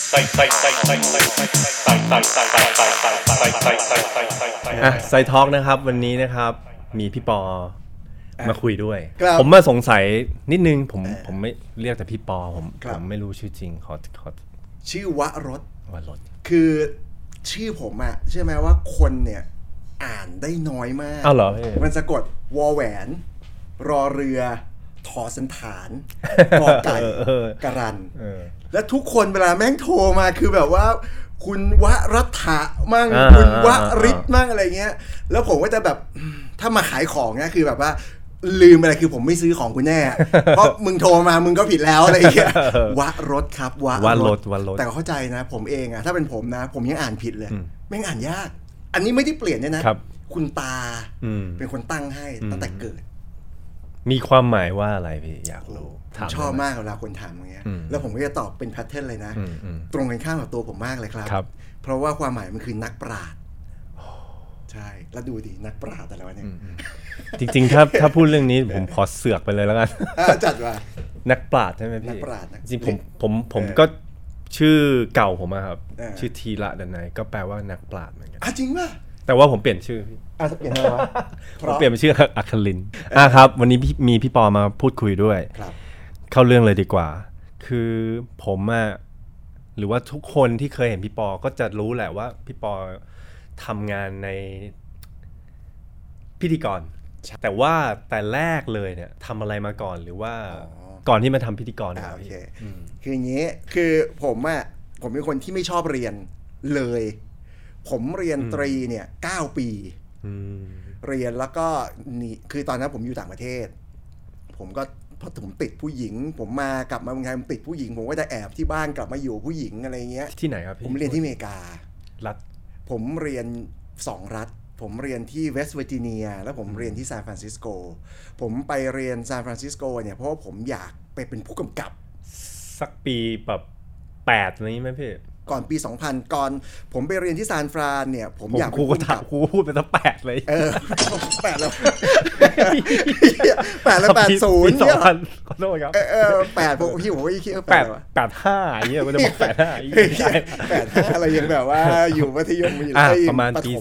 ไซทอล์กนะครับวันนี้นะครับมีพี่ปอมาคุยด้วยผมมาสงสัยนิดนึงผมไม่เรียกแต่พี่ปอผมไม่รู้ชื่อจริงขอชื่อวรสคือชื่อผมอะใช่ไหมว่าคนเนี่ยอ่านได้น้อยมากอ้าวเหรอมันสะกดวอแหวนรอเรือทอสันฐานกอไก่กะรันและทุกคนเวลาแม่งโทรมาคือแบบว่าคุณวรัฐะมั่งคุณวริศมั่งอะไรเงี้ยแล้วผมก็จะแบบถ้ามาขายของเนี่ยคือแบบว่าลืมอะไรคือผมไม่ซื้อของคุณแน่เพราะมึงโทรมามึงก็ผิดแล้วอะไรเงี้ยวรสครับวรสแต่เข้าใจนะผมเองอะถ้าเป็นผมนะผมยังอ่านผิดเลยแม่งอ่านยากอันนี้ไม่ได้เปลี่ยนเนี่ยนะคุณตาเป็นคนตั้งให้ตั้งแต่เกิดมีความหมายว่าอะไรพี่อยากรู้ชอบมากเวลาคนถามอย่างเงี้ยแล้วผมก็จะตอบเป็นแพทเทิร์นเลยนะตรงกันข้ามกับตัวผมมากเลยครับเพราะว่าความหมายมันคือนักปราชญ์ใช่แล้วดูดินักปราชญ์แต่ละวันเนี่ยจริงๆถ้าพูดเรื่องนี้ผมขอเสือกไปเลยแล้วกันจัดว่านักปราชญ์ใช่ไหมพี่นักปราชญ์จริงผมก็ชื่อเก่าผมครับชื่อธีระดนัยก็แปลว่านักปราชญ์เหมือนกันจริงป่ะแต่ว่าผมเปลี่ยนชื่อพี่เปลี่ยนอะไรวะผมเปลี่ยนเป็นชื่ออัครินทร์ครับวันนี้มีพี่ปอมาพูดคุยด้วยเข้าเรื่องเลยดีกว่าคือผมหรือว่าทุกคนที่เคยเห็นพี่ปอก็จะรู้แหละว่าพี่ปอทำงานในพิธีกรแต่ว่าแต่แรกเลยเนี่ยทำอะไรมาก่อนหรือว่าก่อนที่มาทำพิธีกรโอเคคืออย่างนี้คือผมเป็นคนที่ไม่ชอบเรียนเลยผมเรียนตรีเนี่ย9 ปีเรียนแล้วก็นี่คือตอนนั้นผมอยู่ต่างประเทศผมก็พอผมติดผู้หญิงผมกลับมาเมืองไทยผมติดผู้หญิงผมก็จะแอบที่บ้านกลับมาอยู่ผู้หญิงอะไรเงี้ยที่ไหนครับผมเรียนที่อเมริการัฐผมเรียน2 รัฐผมเรียนที่เวสต์เวอร์จิเนียแล้วผมเรียนที่ซานฟรานซิสโกผมไปเรียนซานฟรานซิสโกเนี่ยเพราะว่าผมอยากไปเป็นผู้กำกับสักปีแบบ8อะไรนี้ไหมพี่ก่อนปี2000ก่อนผมไปเรียนที่ซานฟรานเนี่ยผมอยากครูก็ถามครูพูดไปตั้ง8เลย 8แล้ว8แล้ว80 เนี่ยขอโทษครับ 8พวกพี่ผมก็คิดว่า 85อย่างเงี้ยมันจะบอก 85อะไรยังแบบว่าอยู่มัธยมอยู่ประมาณปี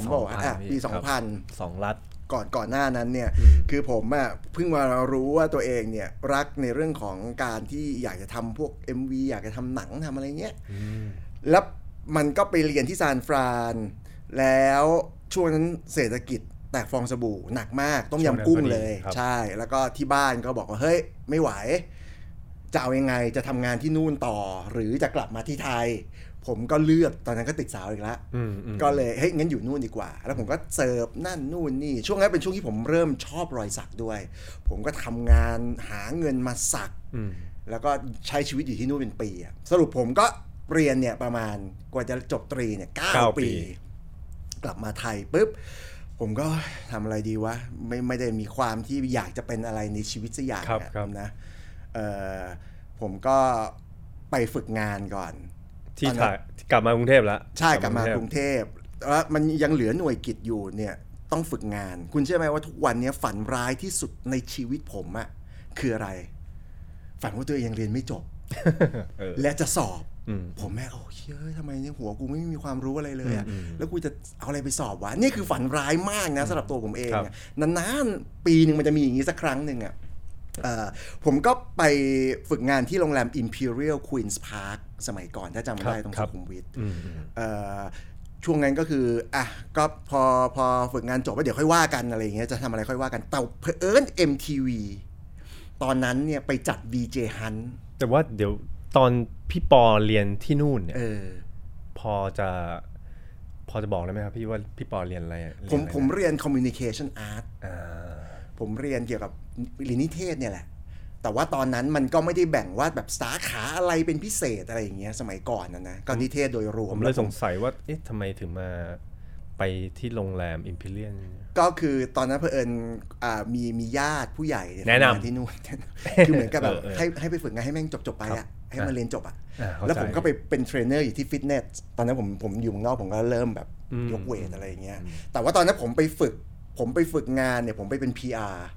2000 2รัฐก่อนหน้านั้นเนี่ยคือผมเพิ่งมารู้ว่าตัวเองเนี่ยรักในเรื่องของการที่อยากจะทำพวก MV อยากจะทำหนังทำอะไรเงี้ยแล้วมันก็ไปเรียนที่ซานฟรานแล้วช่วงนั้นเศรษฐกิจแตกฟองสบู่หนักมากต้มยำกุ้งเลยใช่แล้วก็ที่บ้านก็บอกว่าเฮ้ยไม่ไหวจะเอายังไงจะทำงานที่นู่นต่อหรือจะกลับมาที่ไทยผมก็เลือกตอนนั้นก็ติดสาวอีกแล้วก็เลยเฮ้ยงั้นอยู่นู่นดีกว่าแล้วผมก็เสิร์ฟนั่นนู่นนี่ช่วงนั้นเป็นช่วงที่ผมเริ่มชอบรอยสักด้วยผมก็ทำงานหาเงินมาสักแล้วก็ใช้ชีวิตอยู่ที่นู่นเป็นปีสรุปผมก็เรียนเนี่ยประมาณกว่าจะจบตรีเนี่ย9 ปีกลับมาไทยปุ๊บผมก็ทำอะไรดีวะไม่ได้มีความที่อยากจะเป็นอะไรในชีวิตสักอย่างนะผมก็ไปฝึกงานก่อนที่กลับมากรุงเทพแล้วใช่กลับมากรุงเทพแล้วมันยังเหลือหน่วยกิตอยู่เนี่ยต้องฝึกงานคุณเชื่อไหมว่าทุกวันนี้ฝันร้ายที่สุดในชีวิตผมคืออะไรฝันว่าตัวเองยังเรียนไม่จบ และจะสอบผมแม่เฮ้ยทำไมเนี่ยหัวกูไม่มีความรู้อะไรเลยแล้วกูจะเอาอะไรไปสอบวะนี่คือฝันร้ายมากนะสำหรับตัวผมเองนานๆปีนึงมันจะมีอย่างนี้สักครั้งนึงผมก็ไปฝึกงานที่โรงแรม Imperial Queen's Park สมัยก่อนถ้าจำได้ตรงสุขุมวิทช่วงนั้นก็คือก็พอฝึกงานจบแล้วเดี๋ยวค่อยว่ากันอะไรอย่างเงี้ยจะทำอะไรค่อยว่ากันแต่เผอิญ MTV ตอนนั้นเนี่ยไปจัด VJ Hunt แต่ว่าเดี๋ยวตอนพี่ปอเรียนที่นู่นเนี่ยพอจะบอกได้ไหมครับพี่ว่าพี่ปอเรียนอะไรผมเรียน Communication Art ผมเรียนเกี่ยวกับนิเทศเนี่ยแหละแต่ว่าตอนนั้นมันก็ไม่ได้แบ่งว่าแบบสาขาอะไรเป็นพิเศษอะไรอย่างเงี้ยสมัยก่อนนะก็นิเทศโดยรวมผมเลยสงสัยว่าเอ๊ะทำไมถึงมาไปที่โรงแรม Imperial ก็คือตอนนั้นเผอิญมีญาติผู้ใหญ่แนะนำที่นู่นคือเหมือนกับแบบให้ไปฝึกงานให้แม่งจบไปให้มาเรียนจบแล้วผมก็ไปเป็นเทรนเนอร์อยู่ที่ฟิตเนสตอนนั้นผมอยู่เมืองนอกผมก็เริ่มแบบยกเวทอะไรอย่างเงี้ยแต่ว่าตอนนั้นผมไปฝึกงานเนี่ยผมไปเป็น PR ผ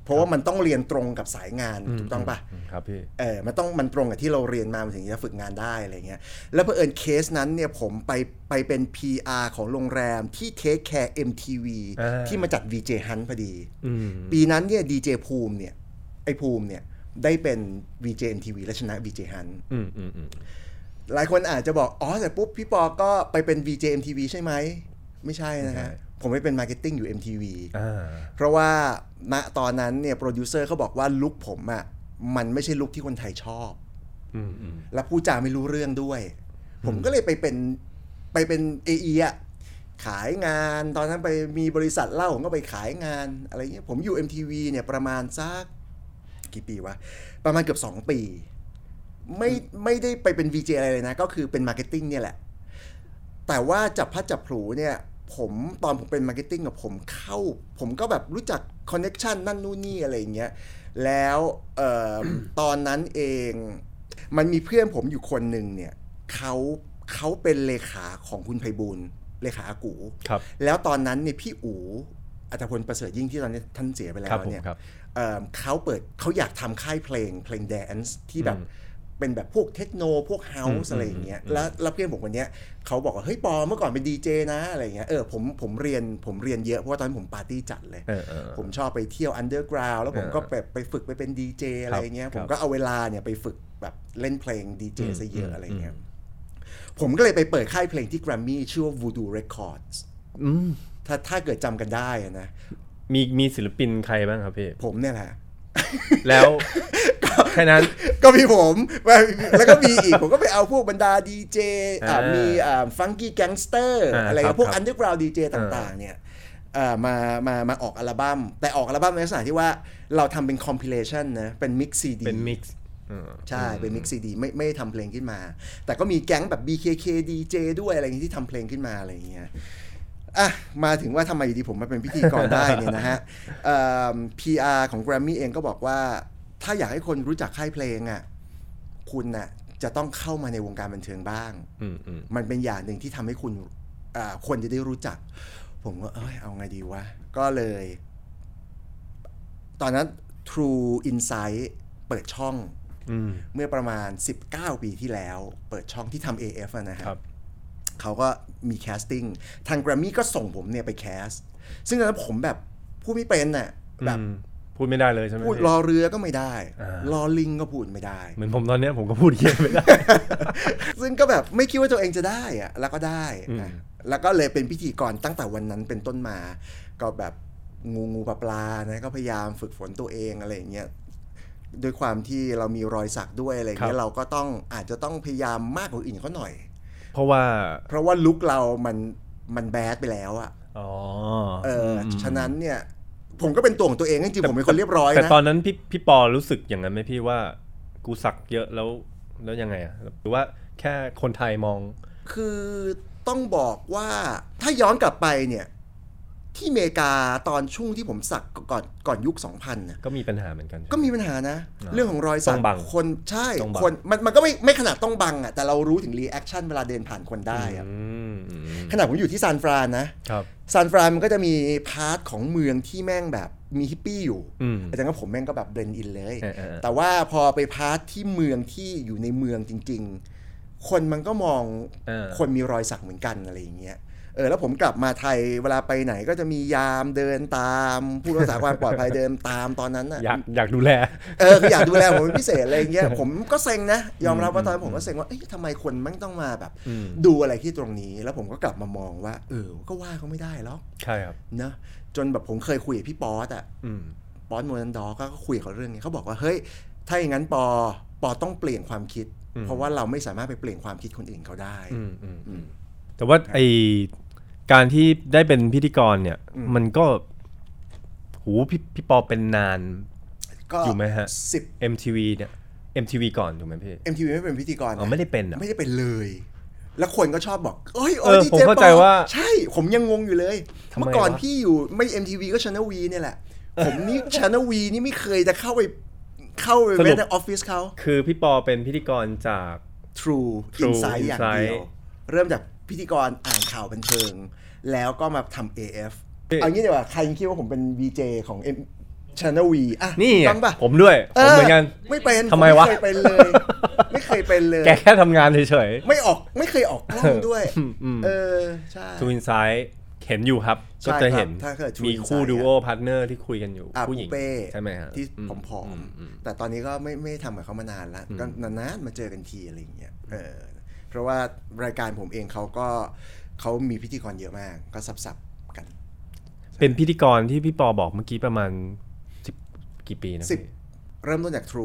ราะว่ามันต้องเรียนตรงกับสายงานถูกต้องปะครับพี่มันตรงกับที่เราเรียนมามันถึงจะฝึกงานได้อะไรเงี้ยแล้วเผอิญเคสนั้นเนี่ยผมไปเป็น PR ของโรงแรมที่ Take Care MTV ที่มาจัด VJ Hunt พอดีปีนั้นเนี่ย DJ ภูมิเนี่ยไอ้ภูมิเนี่ยได้เป็น VJ MTV และชนะ VJ Hunt หลายคนอาจจะบอกอ๋อแต่ปุ๊บพี่ปอก็ไปเป็น VJ MTV ใช่ไหมไม่ใช่นะฮะผมไปเป็นมาร์เก็ตติ้งอยู่ MTV เพราะว่าณตอนนั้นเนี่ยโปรดิวเซอร์เขาบอกว่าลุคผมอ่ะมันไม่ใช่ลุคที่คนไทยชอบและพูดจาไม่รู้เรื่องด้วยผมก็เลยไปเป็น AE อ่ะขายงานตอนนั้นไปมีบริษัทเหล้าผมก็ไปขายงานอะไรเงี้ยผมอยู่ MTV เนี่ยประมาณสักกี่ปีวะประมาณเกือบ2 ปีไม่ได้ไปเป็น VJ อะไรเลยนะก็คือเป็นมาร์เก็ตติ้งเนี่ยแหละแต่ว่าจับพัดจับผูเนี่ยตอนผมเป็นมาร์เก็ตติ้งกับผมก็แบบรู้จักคอนเนคชั่นนั่นนู่นนี่อะไรอย่างเงี้ยแล้วตอนนั้นเองมันมีเพื่อนผมอยู่คนหนึ่งเนี่ยเขาเป็นเลขาของคุณไพบูลย์เลขาอากูแล้วตอนนั้นเนี่ยพี่อู๋อัตพลประเสริฐยิ่งที่ตอนนี้ท่านเสียไปแล้วเนี่ยเขาอยากทำค่ายเพลงแดนซ์ที่แบบเป็นแบบพวกเทคโนพวกเฮาส์อะไรอย่างเงี้ยแล้วเพื่อนผมคนนี้เขาบอกว่าเฮ้ยปอเมื่อก่อนเป็นดีเจนะอะไรเงี้ยผมเรียนเยอะเพราะว่าตอนนั้นผมปาร์ตี้จัดเลยผมชอบไปเที่ยวอันเดอร์กราวด์แล้วผมก็ไปฝึกไปเป็นดีเจอะไรเงี้ยผมก็เอาเวลาเนี่ยไปฝึกแบบเล่นเพลงดีเจซะเยอะอะไรเงี้ยผมก็เลยไปเปิดค่ายเพลงที่แกรมมี่ชื่อว่า Voodoo Records ถ้าเกิดจำกันได้นะมีศิลปินใครบ้างครับพี่ผมเนี่ยแหละแล้วแค่นั้นก็มีผมแล้วก็มีอีกผมก็ไปเอาพวกบรรดาดีเจมีฟังกี้แก๊งสเตอร์อะไรพวกอันเดอร์กราวด์ดีเจต่างๆเนี่ยมาออกอัลบั้มแต่ออกอัลบั้มในลักษณะที่ว่าเราทำเป็นคอมพิเลชันนะเป็นมิกซ์ซีดีเป็นมิกซ์ใช่เป็นมิกซ์ซีดีไม่ทำเพลงขึ้นมาแต่ก็มีแก๊งแบบ BKK DJ ด้วยอะไรอย่างนี้ที่ทำเพลงขึ้นมาอะไรอย่างเงี้ยมาถึงว่าทำไมดีผมมาเป็นพิธีกรได้เนี่ยนะฮะPR ของ Grammy เองก็บอกว่าถ้าอยากให้คนรู้จักค่ายเพลงอ่ะคุณน่ะจะต้องเข้ามาในวงการบันเทิงบ้างมันเป็นอย่างหนึ่งที่ทำให้คุณคนจะได้รู้จักผมก็เอาไงดีวะก็เลยตอนนั้น True Insight เปิดช่องเมื่อประมาณ19 ปีที่แล้วเปิดช่องที่ทำ AF นะครับเขาก็มีแคสติ้งทาง Grammy ก็ส่งผมเนี่ยไปแคสซึ่งตอนนั้นผมแบบพูดไม่เป็นน่ะแบบพูดไม่ได้เลยใช่ไหมพูดรอเรือก็ไม่ได้รอลิงก็พูดไม่ได้เหมือนผมตอนนี้ผมก็พูดเยอะไม่ได้ซึ่งก็แบบไม่คิดว่าตัวเองจะได้อะแล้วก็ได้แล้วก็เลยเป็นพิธีกรตั้งแต่วันนั้นเป็นต้นมาก็แบบงูปลานะก็พยายามฝึกฝนตัวเองอะไรอย่างเงี้ยด้วยความที่เรามีรอยสักด้วยอะไรเงี้ยเราก็อาจจะต้องพยายามมากกว่าอื่นเขาหน่อยเพราะว่าลุคเรามันแบดไปแล้วอะฉะนั้นเนี่ยผมก็เป็นตัวของตัวเองจริงๆผมเป็นคนเรียบร้อยนะแต่ตอนนั้นพี่ปอรู้สึกอย่างนั้นไหมพี่ว่ากูสักเยอะแล้วยังไงอะหรือว่าแค่คนไทยมองคือต้องบอกว่าถ้าย้อนกลับไปเนี่ยที่อเมริกาตอนช่วงที่ผมสักก่อนยุค 2000 นะก็มีปัญหาเหมือนกันก็มีปัญหานะเรื่องของรอยสักคนใช่คนมันก็ไม่ขนาดต้องบังอ่ะแต่เรารู้ถึงรีแอคชั่นเวลาเดินผ่านคนได้อ่ะขนาดผมอยู่ที่ซานฟรานนะซานฟรานมันก็จะมีพาร์ทของเมืองที่แม่งแบบมีฮิปปี้อยู่แต่จังก็ผมแม่งก็แบบเบลนด์อินเลยแต่ว่าพอไปพาร์ทที่เมืองที่อยู่ในเมืองจริงๆคนมันก็มองคนมีรอยสักเหมือนกันอะไรอย่างเงี้ยแล้วผมกลับมาไทยเวลาไปไหนก็จะมียามเดินตามผู้รักษาความปลอดภัยเดินตามตอนนั้นน่ะอยากดูแลคืออยากดูแลผมเป็นพิเศษอะไรอย่างเงี้ยผมก็เซ็งนะยอมรับว่าตอนนั้นผมก็เซ็งว่าทำไมคนมันต้องมาแบบดูอะไรที่ตรงนี้แล้วผมก็กลับมามองว่าก็ว่าเขาไม่ได้หรอกใช่ครับนะจนแบบผมเคยคุยกับพี่ป๊อตอ่ะป๊อตโมนันดอก็คุยเขาเรื่องนี้เขาบอกว่าเฮ้ยถ้าอย่างนั้นปอต้องเปลี่ยนความคิดเพราะว่าเราไม่สามารถไปเปลี่ยนความคิดคนอื่นเขาได้แต่ว่าการที่ได้เป็นพิธีกรเนี่ยมันก็พี่ปอเป็นนานอยู่ไหมฮะMTV เนี่ย MTV ก่อนถูกไหมพี่ MTV ไม่เป็นพิธีกรไม่ได้เป็นไม่ได้เป็นเลยแล้วคนก็ชอบบอกดีเจปอใช่ผมยังงงอยู่เลยเมื่อก่อนพี่อยู่ไม่ MTV ก็ Channel V เนี่ยแหละผมนี่ Channel V นี่ไม่เคยจะเข้าไปแม้แต่ออฟฟิศเขาคือพี่ปอเป็นพิธีกรจาก True Insight อย่างเดียวเริ่มจากพิธีกรอ่านข่าวบันเทิงแล้วก็มาทำ AF เอางี้ดีกว่าใครคิดว่าผมเป็น VJ ของ Channel V อ่ะนี่ต้องป่ะผมด้วยผมเหมือนกันไม่เป็นทำไมวะไม่เคยเป็นเลยไม่เคยเป็นเลยแกแค่ทำงานเฉยๆไม่เคยออกกล้องด้วยใช่ True Insight เห็นอยู่ครับก็จะเห็นมีคู่ดูโอพาร์ทเนอร์ที่คุยกันอยู่ผู้หญิงใช่ไหมฮะที่ผอมๆแต่ตอนนี้ก็ไม่ทำกับเขามานานแล้วก็นานๆมาเจอกันทีอะไรอย่างเงี้ยเพราะว่ารายการผมเองเขามีพิธีกรเยอะมากก็สับๆกันเป็นพิธีกรที่พี่ปอบอกเมื่อกี้ประมาณ10กี่ปีนะ 10เริ่มต้นจาก True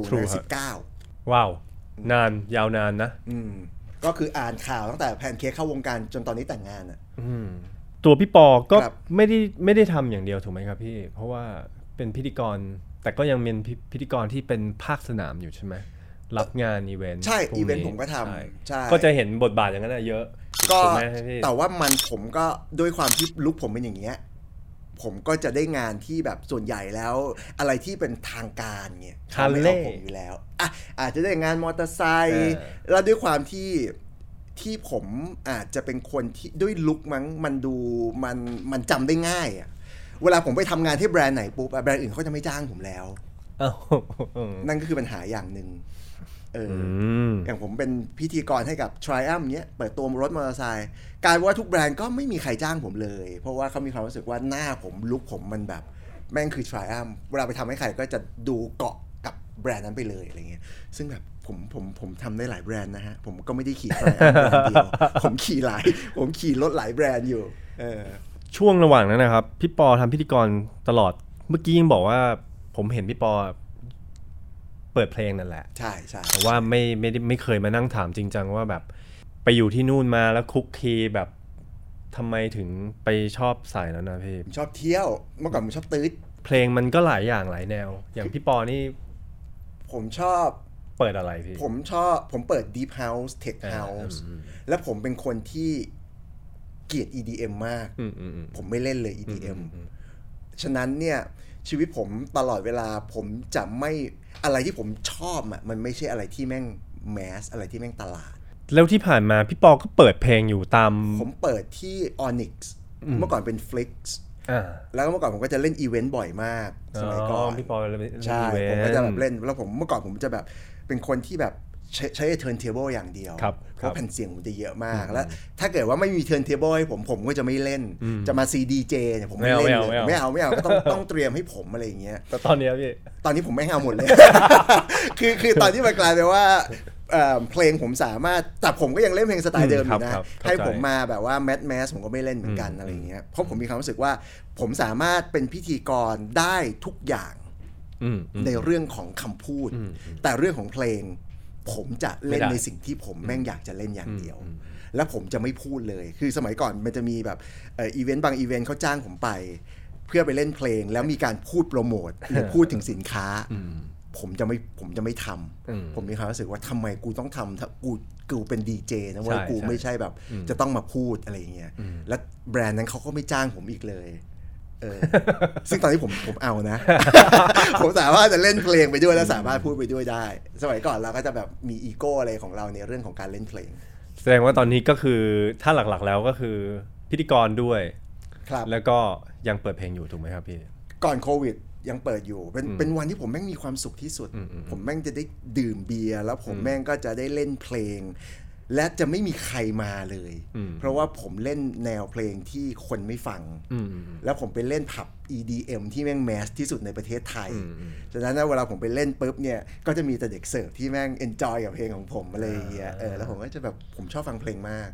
19 ว้าวนานยาวนานนะก็คืออ่านข่าวตั้งแต่แพนเค้กเข้าวงการจนตอนนี้แต่งงานอ่ะตัวพี่ปอก็ไม่ได้ทำอย่างเดียวถูกไหมครับพี่เพราะว่าเป็นพิธีกรแต่ก็ยังเป็นพิธีกรที่เป็นภาคสนามอยู่ใช่ไหมรับงานอีเวนต์ใช่อีเวนต์ผมก็ทำใช่ก็จะเห็นบทบาทอย่างนั้นเยอะก็แต่ว่าผมก็ด้วยความที่ลุคผมเป็นอย่างเงี้ยผมก็จะได้งานที่แบบส่วนใหญ่แล้วอะไรที่เป็นทางการเนี่ยเขาไม่เอาผมอยู่แล้วอาจจะได้งานมอเตอร์ไซค์แล้วด้วยความที่ผมอาจจะเป็นคนที่ด้วยลุคมั้งมันดูมันจำได้ง่ายอ่ะเวลาผมไปทำงานที่แบรนด์ไหนปุ๊บแบรนด์อื่นเขาจะไม่จ้างผมแล้วนั่นก็คือปัญหาอย่างหนึ่งอย่างผมเป็นพิธีกรให้กับ Triumph เนี้ยเปิดตัวรถมอเตอร์ไซค์กลายว่าทุกแบรนด์ก็ไม่มีใครจ้างผมเลยเพราะว่าเขามีความรู้สึกว่าหน้าผมลุคผมมันแบบแม่งคือ Triumph เวลาไปทำให้ใครก็จะดูเกาะกับแบรนด์นั้นไปเลยอะไรเงี้ยซึ่งแบบผมทำได้หลายแบรนด์นะฮะผมก็ไม่ได้ขี่ Triumph แบรนด์เดียวผมขี่รถหลายแบรนด์อยู่ช่วงระหว่างนั้นนะครับพี่ปอทำพิธีกรตลอดเมื่อกี้ยังบอกว่าผมเห็นพี่ปอเปิดเพลงนั่นแหละใช่ใช่แต่ว่าไม่เคยมานั่งถามจริงจังว่าแบบไปอยู่ที่นู่นมาแล้วคุกคีแบบทำไมถึงไปชอบสายนั้นนะพี่ชอบเที่ยวเมื่อก่อนผมชอบตื้ดเพลงมันก็หลายอย่างหลายแนวอย่างพี่ปอนี่ผมชอบเปิดอะไรพี่ผมเปิด Deep House Tech House และผมเป็นคนที่เกลียด EDM มากผมไม่เล่นเลย EDM ฉะนั้นเนี่ยชีวิตผมตลอดเวลาผมจะไม่อะไรที่ผมชอบอ่ะมันไม่ใช่อะไรที่แม่งแมสอะไรที่แม่งตลาดแล้วที่ผ่านมาพี่ปอก็เปิดเพลงอยู่ตามผมเปิดที่ Onyx เมื่อก่อนเป็น Flix แล้วเมื่อก่อนผมก็จะเล่นอีเวนต์บ่อยมากสมัยก่อนพี่ปอเล่นใช่ผมก็จะแบบเล่นแล้วเมื่อก่อนผมจะแบบเป็นคนที่แบบใช้ turntable อย่างเดียวเพราะแผ่นเสียงผมจะเยอะมากแล้วถ้าเกิดว่าไม่มี turntable ให้ผมก็จะไม่เล่นจะมา CDJ เนี่ยผมไม่เล่นเลยไม่เอาก็ต้องเตรียมให้ผมอะไรอย่างเงี้ยแต่ตอนนี้ผมไม่เอาหมดเลย คือตอนที่มันกลายเป็นว่าเพลงผมสามารถแต่ผมก็ยังเล่นเพลงสไตล์เดิมอยู่นะให้ผมมาแบบว่าแมสผมก็ไม่เล่นเหมือนกันอะไรอย่างเงี้ยเพราะผมมีความรู้สึกว่าผมสามารถเป็นพิธีกรได้ทุกอย่างในเรื่องของคำพูดแต่เรื่องของเพลงผมจะเล่นในสิ่งที่ผมแม่งอยากจะเล่นอย่างเดียวแล้วผมจะไม่พูดเลยคือสมัยก่อนมันจะมีแบบอีเวนต์บางอีเวนต์เขาจ้างผมไปเพื่อไปเล่นเพลงแล้วมีการพูดโปรโมทหรือพูดถึงสินค้าผมจะไม่ทำผมมีความรู้สึกว่าทำไมกูต้องทำกูเป็นดีเจนะว่ากูไม่ใช่แบบจะต้องมาพูดอะไรอย่างเงี้ยแล้วแบรนด์นั้นเขาก็ไม่จ้างผมอีกเลยซึ่งตอนนี้ผมเอานะ ผมสามารถจะเล่นเพลงไปด้วยและสามารถพูดไปด้วยได้สมัยก่อนเราก็จะแบบมีอีโก้อะไรของเราในเรื่องของการเล่นเพลงแสดงว่าตอนนี้ก็คือถ้าหลักๆแล้วก็คือพิธีกรด้วยแล้วก็ยังเปิดเพลงอยู่ถูกไหมครับพี่ก่อนโควิดยังเปิดอยู่เป็นวันที่ผมแม่งมีความสุขที่สุดผมแม่งจะได้ดื่มเบียร์แล้วผมแม่งก็จะได้เล่นเพลงและจะไม่มีใครมาเลยเพราะว่าผมเล่นแนวเพลงที่คนไม่ฟังแล้วผมไปเล่นผับ EDM ที่แม่งแมสที่สุดในประเทศไทยฉะนั้นเวลาผมไปเล่นปุ๊บเนี่ยก็จะมีแต่เด็กเสิร์ฟที่แม่งเอนจอยกับเพลงของผมอะไรอย่างเงี้ยแล้วผมก็จะแบบผมชอบฟังเพลงมาก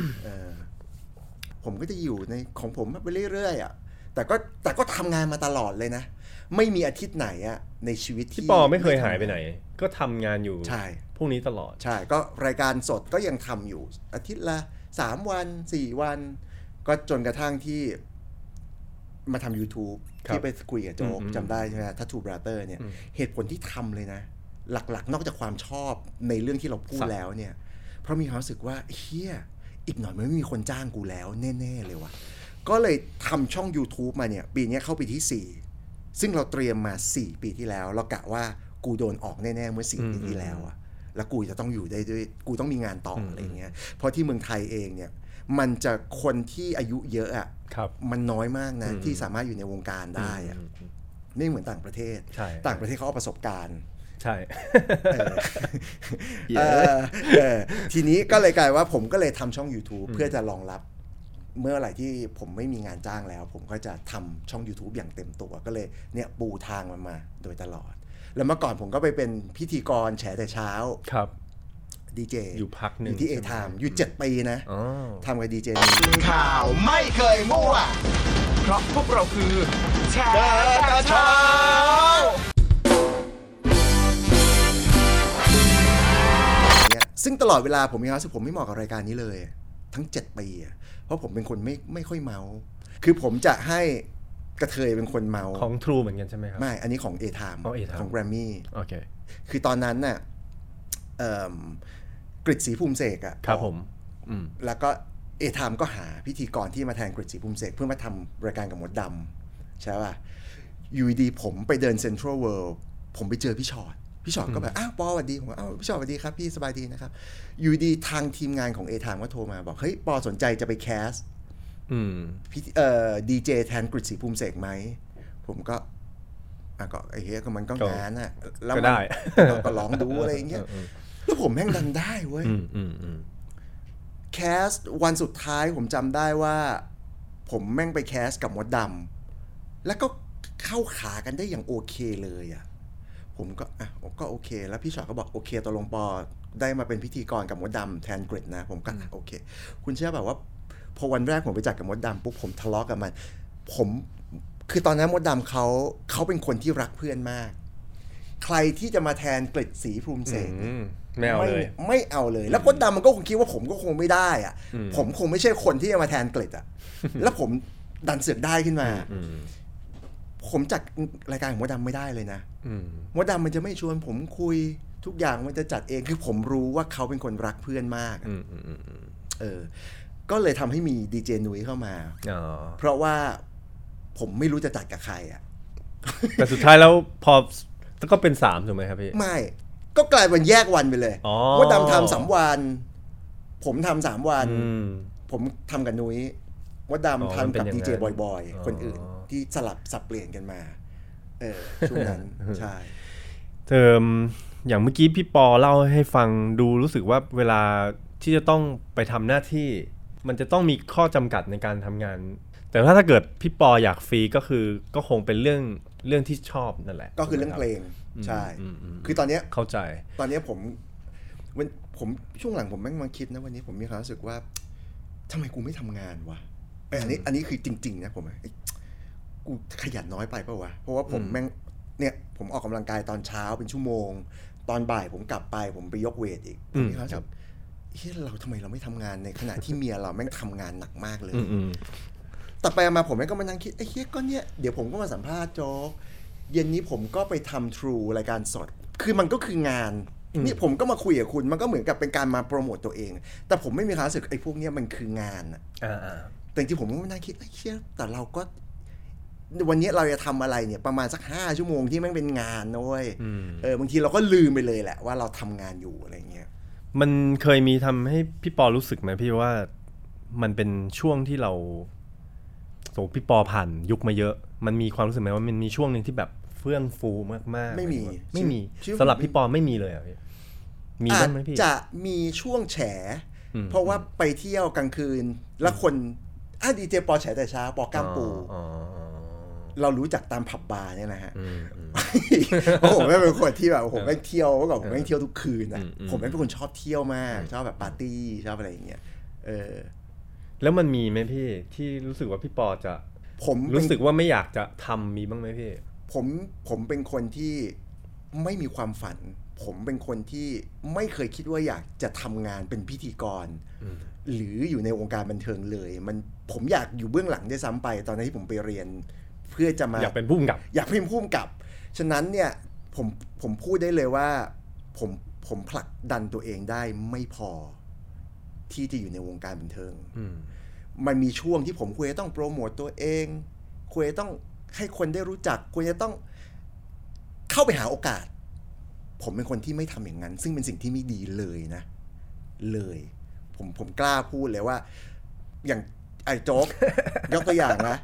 ผมก็จะอยู่ในของผมไปเรื่อยๆอ่ะแต่ก็ทำงานมาตลอดเลยนะไม่มีอาทิตย์ไหนอะในชีวิตที่พี่ปอไม่เคยหายไปไหนก็ทำงานอยู่ใช่พวกนี้ตลอดใช่ก็รายการสดก็ยังทำอยู่อาทิตย์ละ3 วัน 4 วันก็จนกระทั่งที่มาทำ YouTube ที่ไปคุยกับโจ๊กจำได้ใช่ไหมTattoo Brother เนี่ยเหตุผลที่ทำเลยนะหลักๆนอกจากความชอบในเรื่องที่เราพูดแล้วเนี่ยเพราะมีความรู้สึกว่าเฮียอีกหน่อยมันไม่มีคนจ้างกูแล้วแน่ๆเลยว่ะก็เลยทำช่อง YouTube มาเนี่ยปีนี้เข้าปีที่4ซึ่งเราเตรียมมา4 ปีที่แล้วเรากะว่ากูโดนออกแน่ๆเมื่อ4 ปีที่แล้วอะแล้วกูจะต้องอยู่ได้ด้วยกูต้องมีงานต่ออะไรเงี้ยเพราะที่เมืองไทยเองเนี่ยมันจะคนที่อายุเยอะอะมันน้อยมากนะที่สามารถอยู่ในวงการได้อะไม่เหมือนต่างประเทศต่างประเทศเขาเอาประสบการณ์ใช่ทีนี้ก็เลยกลายว่าผมก็เลยทำช่อง YouTube เพื่อจะรองรับเมื่อไหร่ที่ผมไม่มีงานจ้างแล้วผมก็จะทำช่อง YouTube อย่างเต็มตัวก็เลยเนี่ยปูทางมันมาโดยตลอดแล้วเมื่อก่อนผมก็ไปเป็นพิธีกรแฉแต่เช้าครับดีเจอยู่พักหนึ่งอยู่ที่ A Time อยู่7 ปีนะทำกับดีเจข่าวไม่เคยมั่วเพราะพวกเราคือแฉแต่เช้าซึ่งตลอดเวลาผมมีความรู้สึกผมไม่เหมาะกับรายการนี้เลยทั้ง7 ปีเพราะผมเป็นคนไม่ค่อยเมาคือผมจะให้กระเทยเป็นคนเมาของ True เหมือนกันใช่ไหมครับไม่อันนี้ของ A Time ของ Grammy โอเคคือตอนนั้นน่ะกฤษศรีภูมิเสกอ่ะครับผมแล้วก็ A Time ก็หาพิธีกรที่มาแทนกฤษศรีภูมิเสกเพื่อมาทำรายการกับมดดำใช่ป่ะอยู่ดีผมไปเดินเซ็นทรัลเวิลด์ผมไปเจอพี่ชอตก็แบบอ้าวปอสวัสดีผมอ้าวพี่ชอตสวัสดีครับพี่สบายดีนะครับอยู่ดีทางทีมงานของ A Time ก็โทรมาบอกเฮ้ยปอสนใจจะไปแคสดีเจแทนกฤษศรีภูมิเสกไหมผมก็ไอ้เหี้ยก็มันก็งานอ่ะแล้วได้ก็ลองดูอะไรอย่างเงี้ยแล้วผมแม่งดันได้เว้ยแคสวันสุดท้ายผมจำได้ว่าผมแม่งไปแคสกับมดดำแล้วก็เข้าขากันได้อย่างโอเคเลยอ่ะผมก็โอเคแล้วพี่ชอตก็บอกโอเคตกลงปอได้มาเป็นพิธีกรกับมดดำแทนกฤษนะผมก็โอเคคุณเชื่อแบบว่าพอวันแรกผมไปจัดกับมดดำปุ๊บผมทะเลาะกับมันผมคือตอนนั้นมดดำเขาเป็นคนที่รักเพื่อนมากใครที่จะมาแทนกฤษศรีภูมิเสกไม่เอาเลยแล้วมดดำมันก็คงคิดว่าผมก็คงไม่ได้อ่ะผมคงไม่ใช่คนที่จะมาแทนกฤษอ่ะแล้วผมดันเสือกได้ขึ้นมาผมจัดรายการของมดดำไม่ได้เลยนะมดดำมันจะไม่ชวนผมคุยทุกอย่างมันจะจัดเองคือผมรู้ว่าเขาเป็นคนรักเพื่อนมากก็เลยทำให้มีดีเจนุ้ยเข้ามาเพราะว่าผมไม่รู้จะจัดกับใครอ่ะแต่สุดท้ายแล้วพอก็เป็น3ถูกไหมครับพี่ไม่ก็กลายเป็นแยกวันไปเลยมดดำทำ3 วันผมทำ3 วันผมทำกับนุ้ยมดดำทำกับดีเจบอยๆคนอื่นที่สลับสับเปลี่ยนกันมาช่วงนั้นใช่อย่างเมื่อกี้พี่ปอเล่าให้ฟังดูรู้สึกว่าเวลาที่จะต้องไปทำหน้าที่มันจะต้องมีข้อจำกัดในการทำงานแต่ถ้าเกิดพี่ปออยากฟรีก็คงเป็นเรื่องที่ชอบนั่นแหละก็คือเรื่องเพลงใช่คือตอนนี้เข้าใจตอนนี้ผมช่วงหลังผมแม่งมาคิดนะวันนี้ผมมีความรู้สึกว่าทำไมกูไม่ทำงานวะอันนี้คือจริงๆนะผมกูขยันน้อยไปเปล่าวะเพราะว่าผมแม่งเนี่ยผมออกกำลังกายตอนเช้าเป็นชั่วโมงตอนบ่ายผมกลับไปผมไปยกเวทอีกผมมีความรู้สึกเฮ้ยเราทำไมเราไม่ทำงานในขณะที่เมียเราแม่งทำงานหนักมากเลยแต่ไปมาผมก็มานั่งคิดไอ้เฮ้ยก็เนี่ยเดี๋ยวผมก็มาสัมภาษณ์โจ๊กเย็นนี้ผมก็ไปทำ True รายการสดคือมันก็คืองานนี่ผมก็มาคุยกับคุณมันก็เหมือนกับเป็นการมาโปรโมตตัวเองแต่ผมไม่มีความรู้สึกไอ้พวกนี้มันคืองานแต่จริงๆผมก็มานั่งคิดไอ้เฮ้ยแต่เราก็วันนี้เราจะทำอะไรเนี่ยประมาณสัก5 ชั่วโมงที่แม่งเป็นงานนะเว้ยบางทีเราก็ลืมไปเลยแหละว่าเราทำงานอยู่อะไรเงี้ยมันเคยมีทำให้พี่ปอรู้สึกไหมพี่ว่ามันเป็นช่วงที่เราพี่ปอผ่านยุคมาเยอะมันมีความรู้สึกไหมว่ามันมีช่วงนึงที่แบบเฟื่องฟูมากๆไม่มีสำหรับพี่ปอไม่มีเลยอ่ะพี่มีบ้างไหมพี่จะมีช่วงแฉเพราะว่าไปเที่ยวกลางคืนแล้วคนดีเจปอแฉแต่เช้าปอก้ามปูเรารู้จักตามผับบาร์เนี่ยนะฮะผมไม่เป็นคนที่แบบผมไม่เที่ยวเมื่อก่อนผมไม่เที่ยวทุกคืนนะผมไม่เป็นคนชอบเที่ยวมากชอบแบบปาร์ตี้ชอบอะไรอย่างเงี้ยแล้วมันมีไหมพี่ที่รู้สึกว่าพี่ปอจะผมรู้สึกว่าไม่อยากจะทำมีบ้างไหมพี่ผมเป็นคนที่ไม่มีความฝันผมเป็นคนที่ไม่เคยคิดว่าอยากจะทำงานเป็นพิธีกรหรืออยู่ในวงการบันเทิงเลยผมอยากอยู่เบื้องหลังด้วยซ้ำไปตอนนั้นที่ผมไปเรียนเพื่อจะมาอยากเป็นผู้กำกับอยากเป็นผู้กำกับฉะนั้นเนี่ยผมพูดได้เลยว่าผมผลักดันตัวเองได้ไม่พอที่จะอยู่ในวงการบันเทิงมันมีช่วงที่ผมควรจะต้องโปรโมตตัวเองควรจะต้องให้คนได้รู้จักควรจะต้องเข้าไปหาโอกาสผมเป็นคนที่ไม่ทำอย่างนั้นซึ่งเป็นสิ่งที่ไม่ดีเลยนะเลยผมกล้าพูดเลยว่าอย่างไอ้โจ๊ก ยกตัวอย่างนะ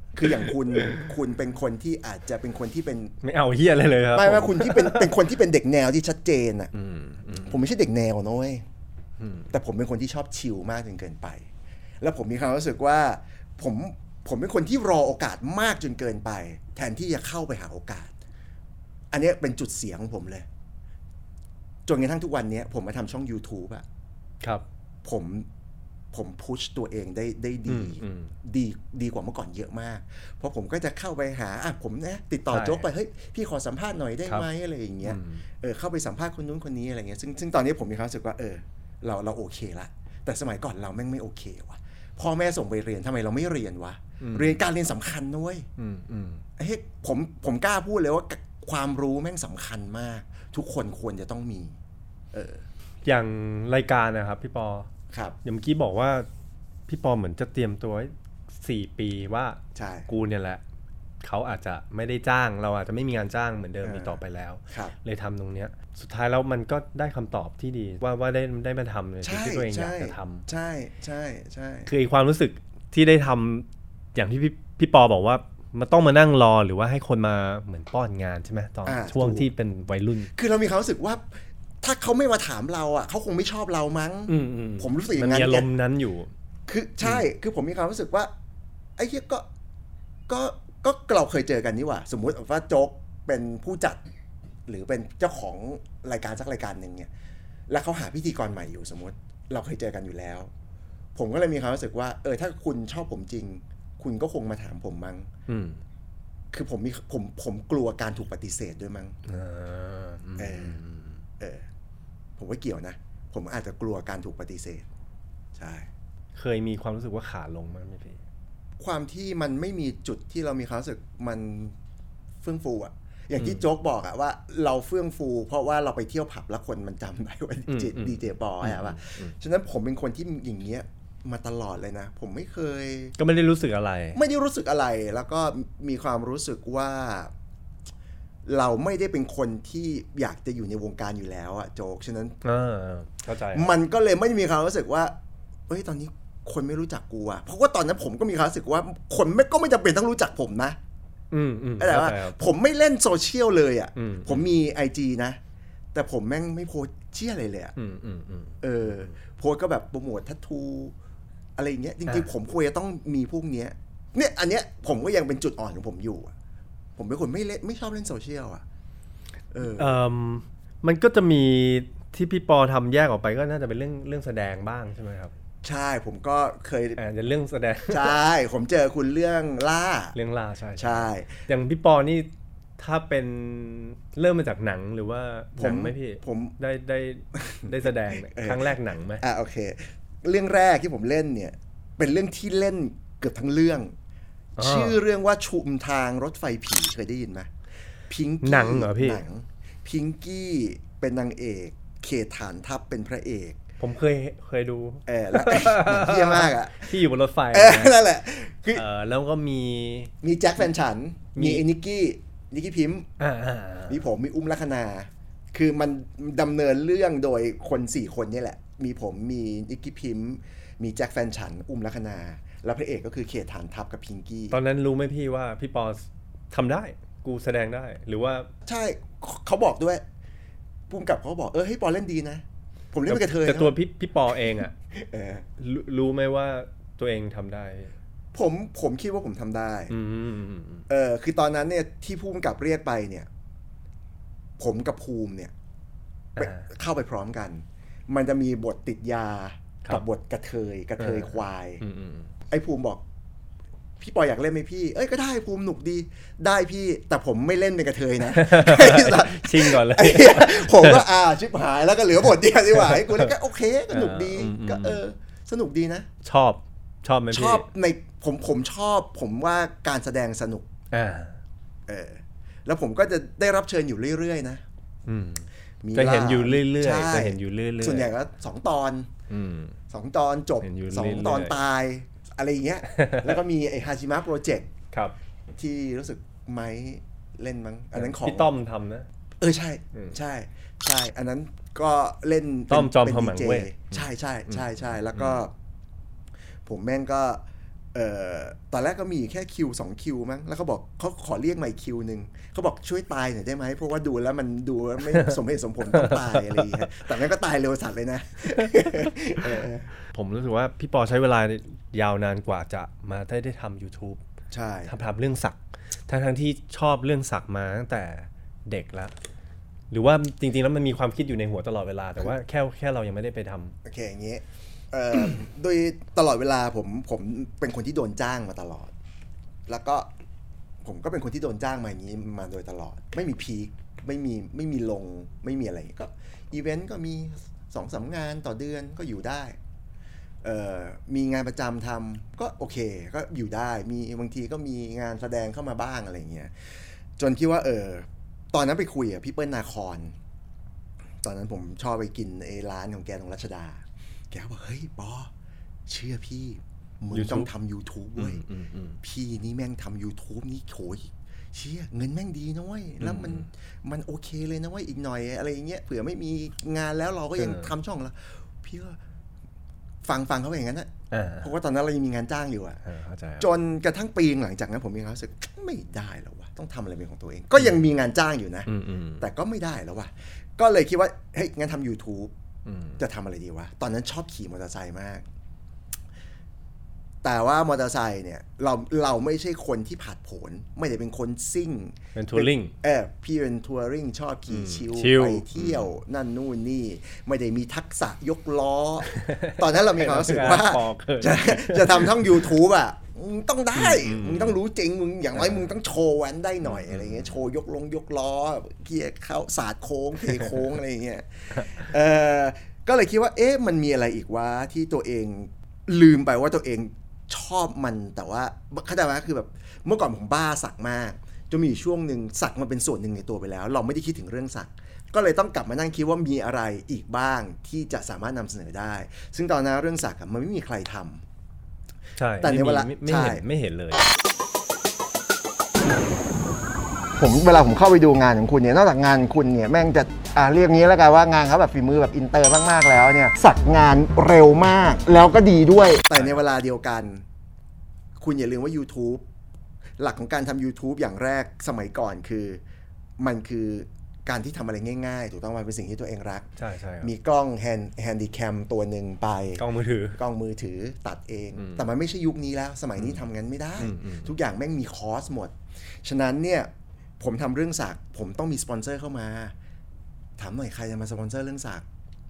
คืออย่างคุณเป็นคนที่อาจจะเป็นคนที่เป็นไม่เอาเฮียอะไรเลยครับไม่คุณที่เป็นคนที่เป็นเด็กแนวที่ชัดเจนอ่ะผมไม่ใช่เด็กแนวนะเว้ยแต่ผมเป็นคนที่ชอบชิลมากจนเกินไปแล้วผมมีความรู้สึกว่าผมเป็นคนที่รอโอกาสมากจนเกินไปแทนที่จะเข้าไปหาโอกาสอันนี้เป็นจุดเสียของผมเลยจนกระทั่งทุกวันนี้ผมมาทำช่อง YouTube อะครับผมพุชตัวเองได้ดีกว่าเมื่อก่อนเยอะมากเพราะผมก็จะเข้าไปหาผมนะติดต่อโจ๊กไปเฮ้ยพี่ขอสัมภาษณ์หน่อยได้ไหมอะไรอย่างเงี้ยเข้าไปสัมภาษณ์คนนู้นคนนี้อะไรเงี้ยซึ่งตอนนี้ผมมีความรู้สึกว่าเราโอเคละแต่สมัยก่อนเราแม่งไม่โอเควะพ่อแม่ส่งไปเรียนทำไมเราไม่เรียนวะเรียนการเรียนสำคัญนะเว้ยเฮ้ยผมกล้าพูดเลยว่าความรู้แม่งสำคัญมากทุกคนควรจะต้องมีอย่างรายการนะครับพี่ปอครับอย่างเมื่อกี้บอกว่าพี่ปอเหมือนจะเตรียมตัว4 ปีว่ากูเนี่ยแหละเขาอาจจะไม่ได้จ้างเราอาจจะไม่มีงานจ้างเหมือนเดิมอีกต่อไปแล้วเลยทำตรงเนี้ยสุดท้ายแล้วมันก็ได้คำตอบที่ดีว่าได้มาทำในสิ่งที่ตัวเองอยากจะทำใช่คือความรู้สึกที่ได้ทำอย่างที่พี่ปอบอกว่ามันต้องมานั่งรอหรือว่าให้คนมาเหมือนป้อนงานใช่ไหมตอนช่วงที่เป็นวัยรุ่นคือเรามีความรู้สึกว่าถ้าเขาไม่มาถามเราอ่ะเขาคงไม่ชอบเรามั้งผมรู้สึกอย่างนั้นมันมีอารมณ์นั้นอยู่คือใช่คือผมมีความรู้สึกว่าไอ้เหี้ยก็เราเคยเจอกันนี่หว่าสมมุติว่าโจ๊กเป็นผู้จัดหรือเป็นเจ้าของรายการสักรายการนึงเนี่ยแล้วเขาหาพิธีกรใหม่อยู่สมมติเราเคยเจอกันอยู่แล้วผมก็เลยมีความรู้สึกว่าถ้าคุณชอบผมจริงคุณก็คงมาถามผมมั้งคือผมกลัวการถูกปฏิเสธด้วยมั้งผมว่าเกี่ยวนะผมอาจจะกลัวการถูกปฏิเสธใช่เคยมีความรู้สึกว่าขาลงมั้ยพี่ความที่มันไม่มีจุดที่เรามีความรู้สึกมันเฟื่องฟูอ่ะอย่างที่โจ๊กบอกอ่ะว่าเราเฟื่องฟูเพราะว่าเราไปเที่ยวผับแล้วคนมันจำได้ว่าดีเจปออ่ะว่าฉะนั้นผมเป็นคนที่อย่างเงี้ยมาตลอดเลยนะผมไม่เคยก็ไม่ได้รู้สึกอะไรแล้วก็มีความรู้สึกว่าเราไม่ได้เป็นคนที่อยากจะอยู่ในวงการอยู่แล้วอะโจ๊กฉะนั้นเข้าใจมันก็เลยไม่มีความรู้สึกว่าเฮ้ยตอนนี้คนไม่รู้จักกูอะเพราะว่าตอนนั้นผมก็มีความรู้สึกว่าคนก็ไม่จำเป็นต้องรู้จักผมนะแต่ว่าผมไม่เล่นโซเชียลเลยอะผมมี IG นะแต่ผมแม่งไม่โพสเชี่ยอะไรเลยอะโพสก็แบบโปรโมททัตทูอะไรอย่างเงี้ยจริงๆผมควรจะต้องมีพวกเนี้ยเนี่ยอันเนี้ยผมก็ยังเป็นจุดอ่อนของผมอยู่ผมเป็นคนไม่ชอบเล่นโซเชียลอ่ะมันก็จะมีที่พี่ปอทำแยกออกไปก็น่าจะเป็นเรื่องแสดงบ้างใช่ไหมครับใช่ผมก็เคยจะเรื่องแสดงใช่ผมเจอคุณเรื่องล่าใช่อย่างพี่ปอนี่ถ้าเป็นเริ่มมาจากหนังหรือว่าหนังไหมพี่ผมได้แสดงครั้งแรกหนังไหมโอเคเรื่องแรกที่ผมเล่นเนี่ยเป็นเรื่องที่เล่นเกือบทั้งเรื่องชื่อเรื่องว่าชุมทางรถไฟผีเคยได้ยินไหมพิงกี้หนังเหรอพี่หนังพิงกี้เป็นนางเอกเขตฐานทัพเป็นพระเอกผมเคยดูแล้วเยี่ยมากอ่ะที่อยู่บนรถไฟนั่นแหละคือแล้วก็มีแจ็คแฟนฉันมีนิกกี้พิมพ์มีผมมีอุ้มลัคนาคือมันดำเนินเรื่องโดยคน4คนนี่แหละมีผมมีนิกกี้พิมพ์มีแจ็คแฟนฉันอุ้มลัคนาแล้วพระเอกก็คือเขตฐานทัพกับพิงกี้ตอนนั้นรู้ไหมพี่ว่าพี่ปอทำได้กูแสดงได้หรือว่าใช่เขาบอกด้วยภูมิกับเขาบอกให้ปอเล่นดีนะผมเล่นเป็นกระเทยแต่ตัวพี่ปอเองอ่ะรู้ไหมว่าตัวเองทำได้ผมคิดว่าผมทำได้คือตอนนั้นเนี่ยที่ภูมิกับเรียกไปเนี่ยผมกับภูมิเนี่ยเข้าไปพร้อมกันมันจะมีบทติดยากับบทกระเทยควายไอ้ภูมิบอกพี่ปออยากเล่นไหมพี่ก็ได้ภูมิหนุกดีได้พี่แต่ผมไม่เล่นเป็นกระเทยนะชิงก่อนเลยผมก็ชิบหายแล้วก็เหลือบทเดียวดีกว่าให้กูแล้วก็โอเคก็หนุกดีก็สนุกดีนะชอบไหมพี่ชอบในผมชอบผมว่าการแสดงสนุกแล้วผมก็จะได้รับเชิญอยู่เรื่อยๆนะจะเห็นอยู่เรื่อยๆจะเห็นอยู่เรื่อยๆส่วนใหญ่ก็2 ตอน2 ตอนจบ2 ตอนตายอะไรอย่างเงี้ยแล้วก็มีไอฮาจิมะโปรเจกต์ที่รู้สึกไหมเล่นมั้งอันนั้นของพี่ต้อมทำนะใช่อันนั้นก็เล่นต้อมจอมพมังเวทใช่แล้วก็ผมแม่งก็ตอนแรกก็มีแค่คิว2คิวมั้งแล้วเขาบอกเขาขอเรียกใหม่คิวนึงเขาบอกช่วยตายหน่อยได้ไหมเพราะว่าดูแล้วมันดูไม่สมเหตุสมผลต้องตายอะไรอย่างเงี้ยแต่นั้นก็ตายเร็วสัตว์เลยนะผมรู้สึกว่าพี่ปอใช้เวลายาวนานกว่าจะมาได้ทำ YouTube ใช่ทำเรื่องสักทั้งที่ชอบเรื่องสักมาตั้งแต่เด็กแล้วหรือว่าจริงๆแล้วมันมีความคิดอยู่ในหัวตลอดเวลาแต่ว่าแค่เรายังไม่ได้ไปทำโอเคอย่างงี้โดยตลอดเวลาผมเป็นคนที่โดนจ้างมาตลอดแล้วก็ผมก็เป็นคนที่โดนจ้างมาอย่างนี้มาโดยตลอดไม่มีพีคไม่มีลงไม่มีอะไรก็อีเวนต์ก็มี 2-3 งานต่อเดือนก็อยู่ได้มีงานประจำทำก็โอเคก็อยู่ได้มีบางทีก็มีงานแสดงเข้ามาบ้างอะไรเงี้ยจนคิดว่าตอนนั้นไปคุยกับพี่เปิ้ลนาคอนตอนนั้นผมชอบไปกินร้านของแกตรงรัชดาแกบอกเฮ้ยปอเชื่อพี่มึงต้องทำ YouTube เว้ยพี่นี่แม่งทำ YouTube นี่โขยเชี่ยเงินแม่งดีนะเว้ยแล้วมันโอเคเลยนะเว้ยอีกหน่อยอะไรอย่างเงี้ยเผื่อไม่มีงานแล้วเราก็ยังทำช่องแล้วพี่ก็ฟังเขาไปอย่างนั้นนะเพราะว่าตอนนั้นเรายังมีงานจ้างอยู่อ่ะจนกระทั่งปีหลังจากนั้นผมมีความรู้สึกไม่ได้แล้ววะต้องทำอะไรเป็นของตัวเองก็ยังมีงานจ้างอยู่นะแต่ก็ไม่ได้แล้ววะก็เลยคิดว่าเฮ้ยงั้นทำ YouTube จะทำอะไรดีวะตอนนั้นชอบขี่มอเตอร์ไซค์มากแต่ว่ามอเตอร์ไซค์เนี่ยเราไม่ใช่คนที่ผาดโผนไม่ได้เป็นคนซิ่งเป็นทัวริงพี่เป็นทัวริงชอบขี่ชิลไปเที่ยวนั่นนู่นนี่ไม่ได้มีทักษะยกล้อ ตอนนั้นเรามีความรู้สึกว่าจะทำช่อง YouTube อ่ะมึงต้องได้มึงต้องรู้จริงมึงอย่างไรมึงต้องโชว์แว้นได้หน่อยอะไรเงี้ยโชว์ยกล้อเกียร์เข้าศาสตร์โค้งเทโค้งอะไรเงี้ยก็เลยคิดว่ามันมีอะไรอีกวะที่ตัวเองลืมไปว่าตัวเองชอบมันแต่ว่าเข้าใจไหมคือแบบเมื่อก่อนผมบ้าสักมากจนมีช่วงหนึ่งสักมันเป็นส่วนหนึ่งในตัวไปแล้วเราไม่ได้คิดถึงเรื่องสักก็เลยต้องกลับมานั่งคิดว่ามีอะไรอีกบ้างที่จะสามารถนำเสนอได้ซึ่งตอนนั้นเรื่องสักมันไม่มีใครทำใช่แต่ในเวลาไม่เห็นเลยเวลาผมเข้าไปดูงานของคุณเนี่ยนอกจากงานคุณเนี่ยแม่งจะเรียกงี้แล้วกันว่างานเขาแบบฝีมือแบบอินเตอร์มากๆแล้วเนี่ยสักงานเร็วมากแล้วก็ดีด้วยแต่ในเวลาเดียวกันคุณอย่าลืมว่า YouTube หลักของการทำ YouTube อย่างแรกสมัยก่อนคือมันคือการที่ทำอะไรง่ายๆถูกต้องมันเป็นสิ่งที่ตัวเองรักใช่ใช่มีกล้องแฮนดี้แคมตัวหนึ่งไปกล้องมือถือตัดเองแต่มันไม่ใช่ยุคนี้แล้วสมัยนี้ทำงั้นไม่ได้ทุกอย่างแม่งมีคอสหมดฉะนั้นเนี่ยผมทำเรื่องสักผมต้องมีสปอนเซอร์เข้ามาถามหน่อยใครจะมาสปอนเซอร์เรื่องสัก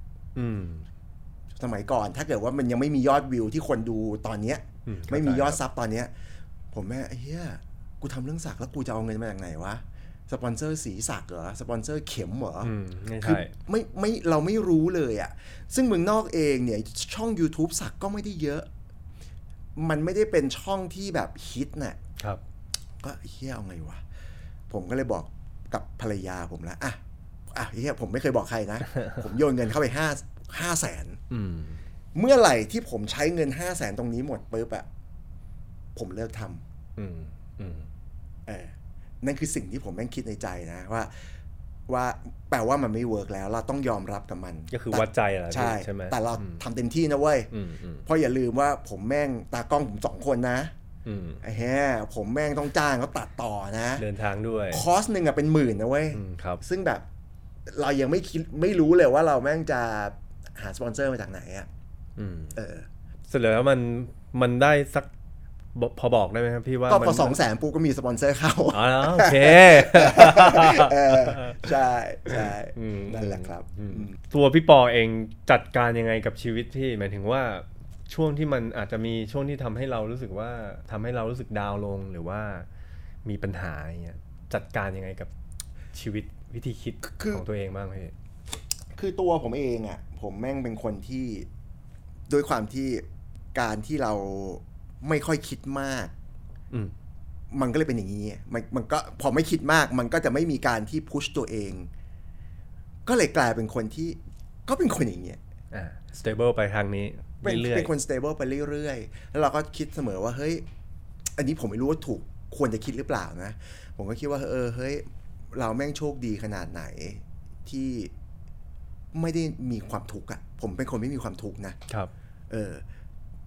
สมัยก่อนถ้าเกิดว่ามันยังไม่มียอดวิวที่คนดูตอนเนี้ยไม่มียอดซับตอนเนี้ยผมแม่เฮียกูทำเรื่องสักแล้วกูจะเอาเงินมาจากไหนวะสปอนเซอร์สีสักเหรอสปอนเซอร์เข็มเหรอคือไม่เราไม่รู้เลยอ่ะซึ่งเมืองนอกเองเนี่ยช่อง YouTube สักก็ไม่ได้เยอะมันไม่ได้เป็นช่องที่แบบฮิตน่ะก็เฮียเอาไงวะผมก็เลยบอกกับภรรยาผมแล้วเฮียผมไม่เคยบอกใครนะ ผมโยนเงินเข้าไป500,000เมื่อไหร่ที่ผมใช้เงิน500,000ตรงนี้หมดปุ๊บอะผมเลิกทำนั่นคือสิ่งที่ผมแม่งคิดในใจนะว่าแปลว่ามันไม่เวิร์กแล้วเราต้องยอมรับกับมันก็คือวัดใจแหละใช่ไหมแต่เราทำเต็มที่นะเว้ยเพราะอย่าลืมว่าผมแม่งตากล้องผม2คนนะผมแม่งต้องจ้างเขาตัดต่อนะเดินทางด้วยคอสหนึ่งเป็น10,000นะเว้ยซึ่งแบบเรายังไม่รู้เลยว่าเราแม่งจะหาสปอนเซอร์มาจากไหนอ่ะเสร็จแล้วมันได้สักพอบอกได้ไหมครับพี่ว่าก็พอ200,000ปูก็มีสปอนเซอร์เข้าโอเคใช่นั่นแหละครับตัวพี่ปอเองจัดการยังไงกับชีวิตพี่หมายถึงว่าช่วงที่มันอาจจะมีช่วงที่ทำให้เรารู้สึกดาวลงหรือว่ามีปัญหาอย่างเงี้ยจัดการยังไงกับชีวิตวิธีคิดของตัวเองบ้างพี่คือตัวผมเองอ่ะผมแม่งเป็นคนที่ด้วยความที่การที่เราไม่ค่อยคิดมากมันก็เลยเป็นอย่างนี้มันก็พอไม่คิดมากมันก็จะไม่มีการที่พุชตัวเองก็เลยกลายเป็นคนที่ก็เป็นคนอย่างเงี้ย stable ไปทางนี้เป็นคน stable ไปเรื่อยๆแล้วเราก็คิดเสมอว่าเฮ้ยอันนี้ผมไม่รู้ว่าถูกควรจะคิดหรือเปล่านะผมก็คิดว่าเฮ้ยเราแม่งโชคดีขนาดไหนที่ไม่ได้มีความทุกข์อ่ะผมเป็นคนไม่มีความทุกข์นะครับ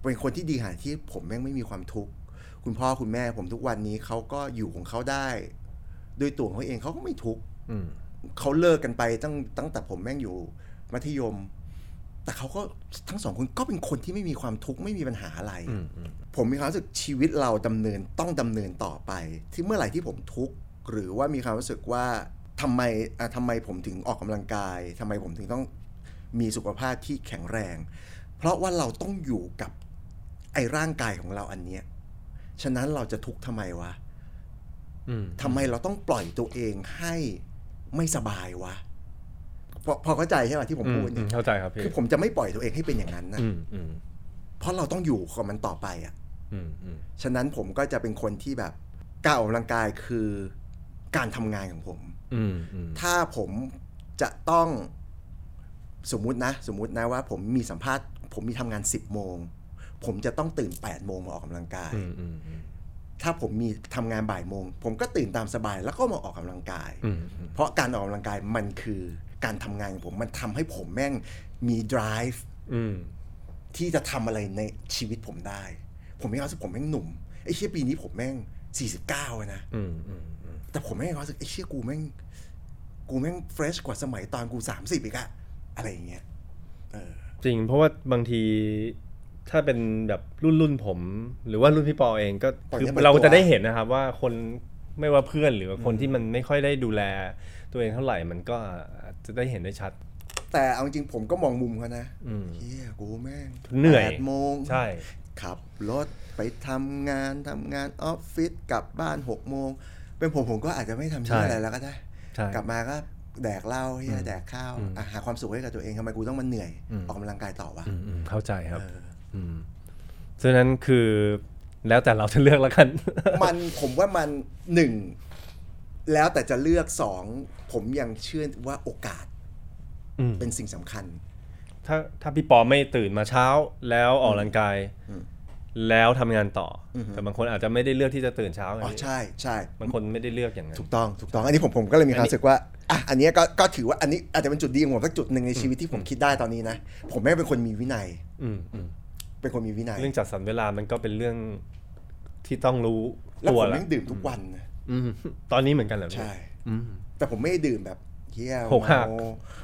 เป็นคนที่ดีขนาดที่ผมแม่งไม่มีความทุกข์คุณพ่อคุณแม่ผมทุกวันนี้เขาก็อยู่ของเขาได้ด้วยตัวของเขาเองเขาก็ไม่ทุกข์เขาเลิกกันไปตั้งแต่ผมแม่งอยู่มัธยมแต่เขาก็ทั้งสองคนก็เป็นคนที่ไม่มีความทุกข์ไม่มีปัญหาอะไรผมมีความรู้สึกชีวิตเราต้องดำเนินต่อไปที่เมื่อไหร่ที่ผมทุกข์หรือว่ามีความรู้สึกว่าทำไมผมถึงออกกำลังกายทำไมผมถึงต้องมีสุขภาพที่แข็งแรงเพราะว่าเราต้องอยู่กับไอ้ร่างกายของเราอันเนี้ยฉะนั้นเราจะทุกข์ทำไมวะทำไมเราต้องปล่อยตัวเองให้ไม่สบายวะพอเข้าใจใช่ไหมที่ผมพูดเนี่ยเข้าใจครับพี่คือผมจะไม่ปล่อยตัวเองให้เป็นอย่างนั้นนะเพราะเราต้องอยู่กับมันต่อไปอ่ะฉะนั้นผมก็จะเป็นคนที่แบบการออกกำลังกายคือการทำงานของผมถ้าผมจะต้องสมมุตินะว่าผมมีสัมภาษณ์ผมมีทำงาน10 โมงผมจะต้องตื่น8 โมงมาออกกำลังกายถ้าผมมีทำงานบ่ายโมงผมก็ตื่นตามสบายแล้วก็มาออกกำลังกายเพราะการออกกำลังกายมันคือการทำงานของผมมันทำให้ผมแม่งมี drive ที่จะทำอะไรในชีวิตผมได้ผมไม่รู้สึกผมแม่งหนุ่มไอ้เชี่ยปีนี้ผมแม่ง49นะแต่ผมไม่รู้สึกไอ้เชี่ยกูแม่งเฟรชกว่าสมัยตอนกู30อีกอะอะไรอย่างเงี้ยจริงเพราะว่าบางทีถ้าเป็นแบบรุ่นผมหรือว่ารุ่นพี่ปอเองก็คือเราจะได้เห็นนะครับว่าคนไม่ว่าเพื่อนหรือว่าคนที่มันไม่ค่อยได้ดูแลตัวเองเท่าไหร่มันก็จะได้เห็นได้ชัดแต่เอาจริงผมก็มองมุมเขานะเฮียกูแม่งเหนื่อย 8 โมงใช่ขับรถไปทำงานออฟฟิศกลับบ้าน6 โมงเป็นผมก็อาจจะไม่ทำอะไรแล้วก็ได้กลับมาก็แดกเหล้าเฮียแดกข้าวหาความสุขให้กับตัวเองทำไมกูต้องมาเหนื่อยออกกำลังกายต่อวะเข้าใจครับฉะนั้นคือแล้วแต่เราจะเลือกแล้วกันผมว่ามัน1แล้วแต่จะเลือก2ผมยังเชื่อว่าโอกาสเป็นสิ่งสำคัญถ้าพี่ปอไม่ตื่นมาเช้าแล้วออกกำลังกายแล้วทำงานต่อแต่บางคนอาจจะไม่ได้เลือกที่จะตื่นเช้าใช่ใช่บางคนไม่ได้เลือกอย่างนั้นถูกต้องอันนี้ผมก็เลยมีความรู้สึกว่าอันนี้ก็ถือว่าอันนี้อาจจะเป็นจุดดีของผมสักจุดหนึ่งในชีวิตที่ผมคิดได้ตอนนี้นะผมไม่เป็นคนมีวินัยเป็นคนมีวินัยเรื่องจัดสรรเวลามันก็เป็นเรื่องที่ต้องรู้ตัวแล้วผมไม่ดื่มทุกวันนะตอนนี้เหมือนกันเหรอใช่แต่ผมไม่ได้ดื่มแบบเฮี้ยหกหัก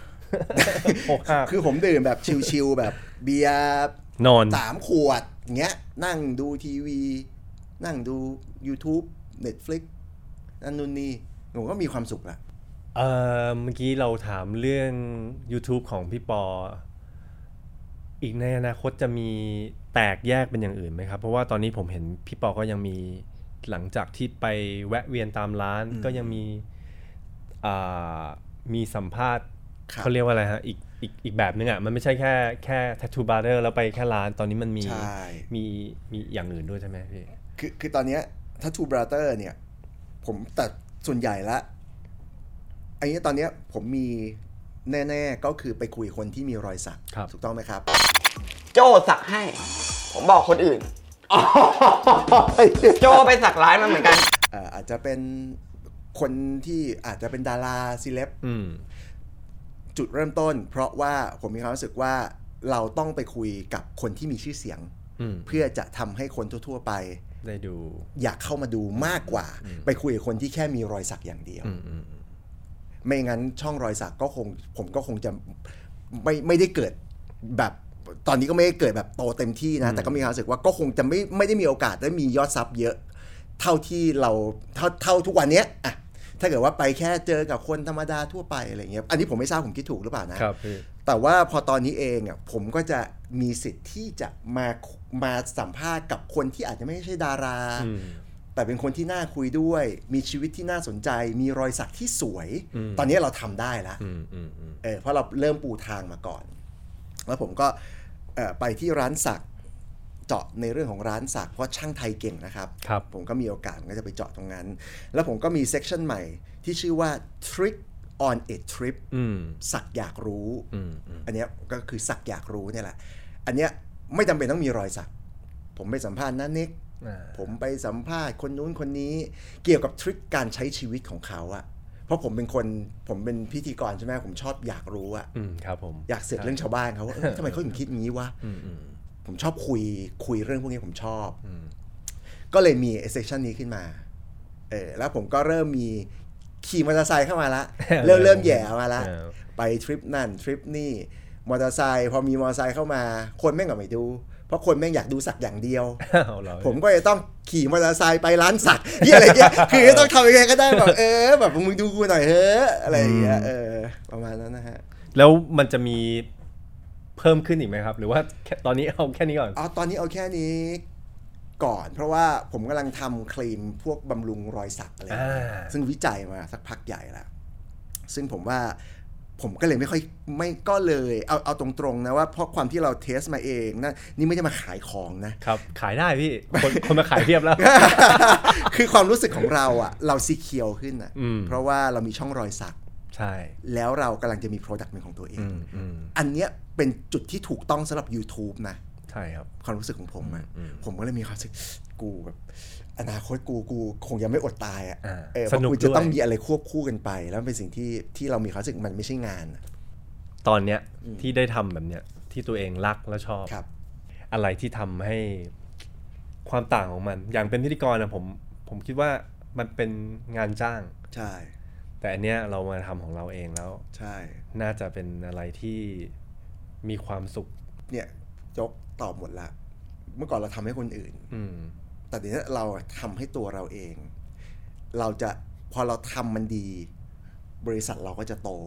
คือผมดื่มแบบชิลๆแบบเบียร์นอน 3 ขวดเงี้ยนั่งดูทีวีนั่งดู YouTube Netflix นั่นนู่นนี่ผมก็มีความสุขละเมื่อกี้เราถามเรื่อง YouTube ของพี่ปออีกในอนาคตจะมีแตกแยกเป็นอย่างอื่นไหมครับเพราะว่าตอนนี้ผมเห็นพี่ปอก็ยังมีหลังจากที่ไปแวะเวียนตามร้านก็ยังมีสัมภาษณ์เขาเรียกว่าอะไรฮะอีกแบบนึงอ่ะมันไม่ใช่แค่ Tattoo Barber แล้วไปแค่ร้านตอนนี้มันมีอย่างอื่นด้วยใช่ไหมพี่คือตอนนี้ Tattoo Barber เนี่ยผมแต่ส่วนใหญ่ละอันนี้ตอนนี้ผมมีแน่ๆก็คือไปคุยคนที่มีรอยสักถูกต้องไหมครับโจ้สักให้ผมบอกคนอื่นโจ้ไปสักร้านมาเหมือนกันอาจจะเป็นคนที่อาจจะเป็นดาราซีเลบจุดเริ่มต้นเพราะว่าผมมีความรู้สึกว่าเราต้องไปคุยกับคนที่มีชื่อเสียงเพื่อจะทำให้คนทั่วๆไปได้ดูอยากเข้ามาดูมากกว่าไปคุยกับคนที่แค่มีรอยสักอย่างเดียวไม่งั้นช่องรอยสักก็ผมก็คงจะไม่ได้เกิดแบบตอนนี้ก็ไม่ได้เกิดแบบโตเต็มที่นะแต่ก็มีความรู้สึกว่าก็คงจะไม่ได้มีโอกาสได้มียอดซับเยอะเท่าที่เราเท่าทุกวันนี้อะถ้าเกิดว่าไปแค่เจอกับคนธรรมดาทั่วไปอะไรเงี้ยอันนี้ผมไม่ทราบผมคิดถูกหรือเปล่านะครับแต่ว่าพอตอนนี้เองอ่ะผมก็จะมีสิทธิ์ที่จะมาสัมภาษณ์กับคนที่อาจจะไม่ใช่ดาราแต่เป็นคนที่น่าคุยด้วยมีชีวิตที่น่าสนใจมีรอยสักที่สวยตอนนี้เราทำได้แล้วเพราะเราเริ่มปูทางมาก่อนแล้วผมก็ไปที่ร้านสักเจาะในเรื่องของร้านสักเพราะช่างไทยเก่งนะครับผมก็มีโอกาสก็จะไปเจาะตรงนั้นแล้วผมก็มีเซกชันใหม่ที่ชื่อว่า Trick on a Trip สักอยากรู้อันนี้ก็คือสักอยากรู้เนี่ยแหละอันนี้ไม่จำเป็นต้องมีรอยสักผมไปสัมภาษณ์นั่นนิกผมไปสัมภาษณ์คนนู้นคนนี้เกี่ยวกับทริคการใช้ชีวิตของเขาอะเพราะผมเป็นพิธีกรใช่ไหมผมชอบอยากรู้อะครับผมอยากเสือกเรื่องชาวบ้านเขาว่าทำไมเขาถึงคิดงี้วะผมชอบคุยเรื่องพวกนี้ผมชอบก็เลยมีเซสชันนี้ขึ้นมาแล้วผมก็เริ่มมีขี่มอเตอร์ไซค์เข้ามาละ เริ่มแย่มาละไปทริปนั่นทริปนี่มอเตอร์ไซค์พอมีมอเตอร์ไซค์เข้ามาคนแม่งก็ไม่ดูเพราะคนแม่งอยากดูสักอย่างเดียว ผมก็จะต้องขี่มอเตอร์ไซค์ไปร้านสักอะไรเงี้ยคือต้องทำยังไงก็ได้แบบแบบมึงดูกูหน่อยเฮ้ออะไรอย่างเงี้ยประมาณนั้นนะฮะแล้วมันจะมีเพิ่มขึ้นอีกไหมครับหรือว่าตอนนี้เอาแค่นี้ก่อนตอนนี้เอาแค่นี้ก่อนเพราะว่าผมกำลังทำครีมพวกบำรุงรอยสักอะไรซึ่งวิจัยมาสักพักใหญ่แล้วซึ่งผมว่าผมก็เลยไม่ก็เลยเอาตรงๆนะว่าเพราะความที่เราเทสมาเองนะนี่ไม่ได้มาขายของนะครับขายได้พี่คนมาขายเทียบแล้วคือความรู้สึกของเราเราซีเคียวขึ้นเพราะว่าเรามีช่องรอยสักใช่แล้วเรากำลังจะมีโปรดักต์เป็นของตัวเองอันเนี้ยเป็นจุดที่ถูกต้องสำหรับ YouTube นะใช่ครับความรู้สึกของผมผมก็เลยมีความรู้สึกกูแบบอนาคตกูคงยังไม่อดตายเพราะกูจะต้องมีอะไรควบคู่กันไปแล้วเป็นสิ่งที่เรามีความรู้สึกมันไม่ใช่งานตอนเนี้ยที่ได้ทำแบบเนี้ยที่ตัวเองรักและชอบอะไรที่ทำให้ความต่างของมันอย่างเป็นพิธีกรนะผมคิดว่ามันเป็นงานจ้างใช่แต่อันเนี้ยเรามาทำของเราเองแล้วใช่น่าจะเป็นอะไรที่มีความสุขเนี่ยจกตอบหมดละเมื่อก่อนเราทำให้คนอื่นแต่เดี๋ยวนี้เราทำให้ตัวเราเองเราจะพอเราทำมันดีบริษัทเราก็จะโต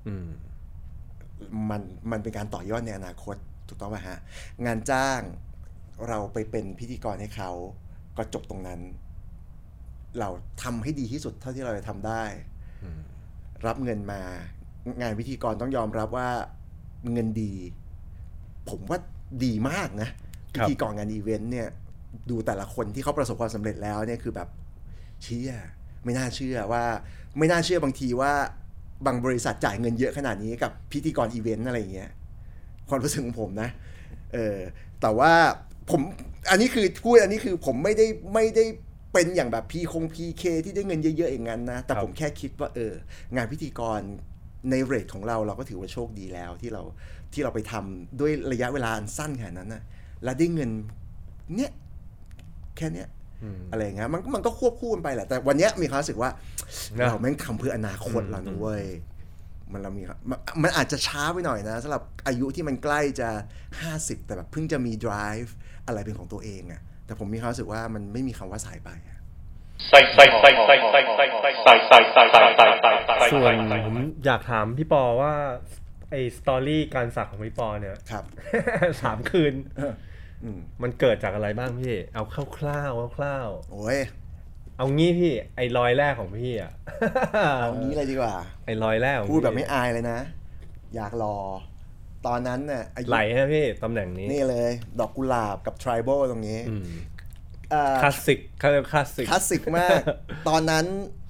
มันเป็นการต่อยอดในอนาคตถูกต้องไหมฮะงานจ้างเราไปเป็นพิธีกรให้เขาก็จบตรงนั้นเราทำให้ดีที่สุดเท่าที่เราจะทำได้รับเงินมางานพิธีกรต้องยอมรับว่าเงินดีผมว่าดีมากนะพิธีกรงานอีเวนต์เนี่ยดูแต่ละคนที่เขาประสบความสำเร็จแล้วเนี่ยคือแบบเชื่อไม่น่าเชื่อบางทีว่าบางบริษัทจ่ายเงินเยอะขนาดนี้กับพิธีกรอีเวนต์อะไรอย่างเงี้ยความรู้สึกของผมนะแต่ว่าผมอันนี้คือพูดอันนี้คือผมไม่ได้เป็นอย่างแบบPKที่ได้เงินเยอะๆอย่างนั้นนะแต่ผมแค่คิดว่างานพิธีกรในเรทของเราก็ถือว่าโชคดีแล้วที่เราไปทำด้วยระยะเวลาสั้นขนาดนั้นนะและได้เงินเนี่ยแค่เนี้ยอะไรอย่างเงี้ยมันก็ควบคู่กันไปแหละแต่วันนี้มีความรู้สึกว่าเราแม่งทำเพื่ออนาคตเรานะเว้ยมันอาจจะช้าไปหน่อยนะสำหรับอายุที่มันใกล้จะ50แต่แบบเพิ่งจะมี drive อะไรเป็นของตัวเองอะแต่ผมมีความรู้สึกว่ามันไม่มีคำว่าสายไปส่วนผมอยากถามพี่ปอว่าไอ้สตอรี่การสักของพี่ปอเนี่ยครับ 3 คืนมันเกิดจากอะไรบ้างพี่เอาคร่าวๆโอ้ยเอางี้พี่ไอ้รอยแรกของพี่เอางี้เลยดีกว่าไอ้รอยแรกพูดแบบไม่อายเลยนะอยากรอตอนนั้นน่ะไหลนะพี่ตำแหน่งนี้นี่เลยดอกกุหลาบกับ tribal ตรงนี้คลาสสิกเขาเรียกคลาสสิกมาก ตอนนั้น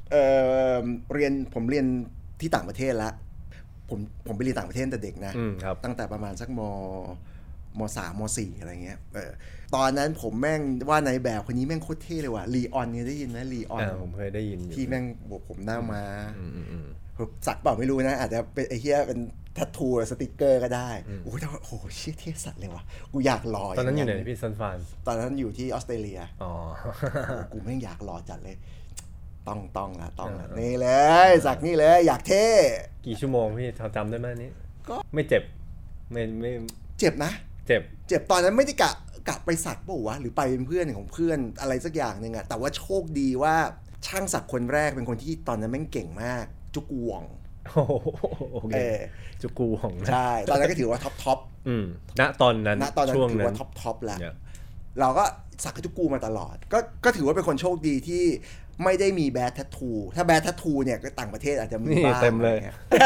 ผมเรียนที่ต่างประเทศแล้วผมไปเรียนต่างประเทศแต่เด็กนะตั้งแต่ประมาณสักม.3 ม.4 อะไรเงี้ยตอนนั้นผมแม่งว่าในแบบคนนี้แม่งโคตรเท่เลยว่ะลีออนเนี่ยได้ยินไหมลีออนผมเคยได้ยินที่แม่งบวกผมหน้ามาสักเปล่าไม่รู้นะอาจจะเป็นไอ้เหี้ยเป็นแทททูสติกเกอร์ก็ได้โอ้โหเชี่ยเท่สัตว์เลยว่ะกูอยากรอตอนนั้นอยู่ไหนพี่ซันฟานตอนนั้นอยู่ที่ออสเตรเลียกูแม่งอยากรอจัดเลยต้องละนี่เลยสักนี่เลยอยากเท่กี่ชั่วโมงพี่จำได้ไหมนี้ก็ไม่เจ็บไม่เจ็บนะเจ็บตอนนั้นไม่ได้กะไปสักป่ะวะหรือไปเป็นเพื่อนของเพื่อนอะไรสักอย่างนึงอะแต่ว่าโชคดีว่าช่างสักคนแรกเป็นคนที่ตอนนั้นแม่งเก่งมากจุกวงโอเคจุกูของใช่ตอนนั้นก็ถือว่าท็อปณตอนนั้นช่วงนั้นถือว่าท็อปแล้วเราก็สักจุกูมาตลอดก็ถือว่าเป็นคนโชคดีที่ไม่ได้มีแบดแทททูถ้าแบดแทททูเนี่ยก็ต่างประเทศอาจจะมีบ้างเต็มเลย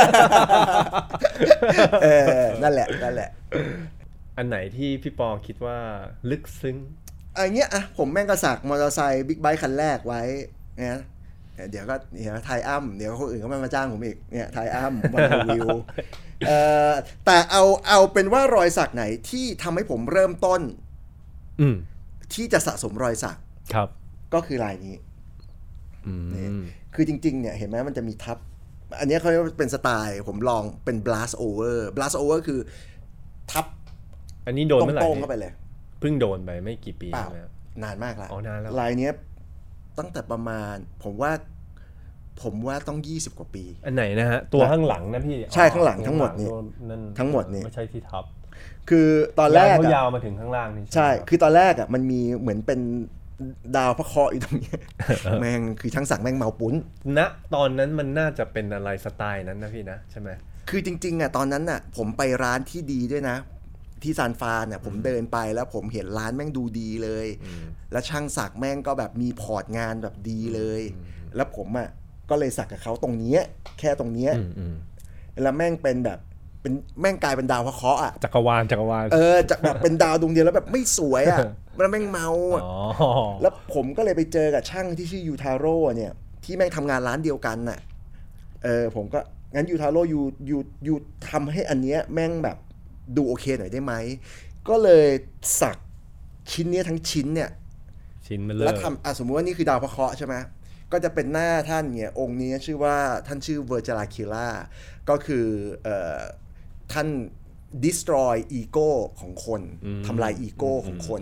นั่นแหละอันไหนที่พี่ปอคิดว่าลึกซึ้งอะไรเงี้ยผมแม่งก็สักมอเตอร์ไซค์บิ๊กไบค์คันแรกไว้เนี่ยเดี๋ยวก็ไทยอ้ำเดี๋ยวคนอื่นก็มาจ้างผมอีกเนี่ยไทยอ้ำวันรีวิวแต่เอาเป็นว่ารอยสักไหนที่ทำให้ผมเริ่มต้นที่จะสะสมรอยสักครับก็คือลายนี้คือจริงๆเนี่ยเห็นไหมมันจะมีทับอันนี้เขาเป็นสไตล์ผมลองเป็น blast over คือทับอันนี้โดนเมื่อไหร่ตรงเข้าไปเลยเพิ่งโดนไปไม่กี่ปีเปล่าใช่ไหมครับนานมากแล้วอ๋อนานแล้วลายเนี้ยตั้งแต่ประมาณผมว่าต้อง20 กว่าปีอันไหนนะฮะตัวข้างหลังนะพี่ใช่ข้างหลังทั้งหมดนี่นั่นทั้งหมดนี่ไม่ใช่ที่ท็อปคือตอนแรกเขาอะยาวมาถึงข้างล่างนี่ใช่คือตอนแรกอะมันมีเหมือนเป็นดาวพระเคราะห์อยู่ตรงนี้ แม่งคือช่างศักดิ์แม่งเมาปุ้นณตอนนั้นมันน่าจะเป็นอะไรสไตล์นั้นนะพี่นะใช่ไหมคือจริงๆอะตอนนั้นอะผมไปร้านที่ดีด้วยนะที่ซานฟรานเนี่ยผมเดินไปแล้วผมเห็นร้านแม่งดูดีเลยแล้วช่างสักแม่งก็แบบมีพอร์ตงานแบบดีเลยแล้วผมอะก็เลยสักกับเขาตรงนี้แค่ตรงนี้แล้วแม่งเป็นแบบเป็นแม่งกลายเป็นดาวพระเคราะห์อะจักรวาลจากแบบเป็นดาวดวงเดียวแล้วแบบไม่สวยอะมันแม่งเมาอะแล้วผมก็เลยไปเจอกับช่างที่ชื่อยูทาโร่เนี่ยที่แม่งทำงานร้านเดียวกันน่ะผมก็งั้นยูทาโร่ยูทำให้อันเนี้ยแม่งแบบดูโอเคหน่อยได้ไหมก็เลยสักชิ้นเนี้ยทั้งชิ้นเนี่ยชิ้นมันเลิแล้วกทำสมมุติว่านี่คือดาวพระเคราะห์ใช่ไหมก็จะเป็นหน้าท่านเนี่ยองค์นี้ชื่อว่าท่านชื่อเวอร์จาราคิล่าก็คือท่าน destroy ego ของคนทำลายอีโก้ของคน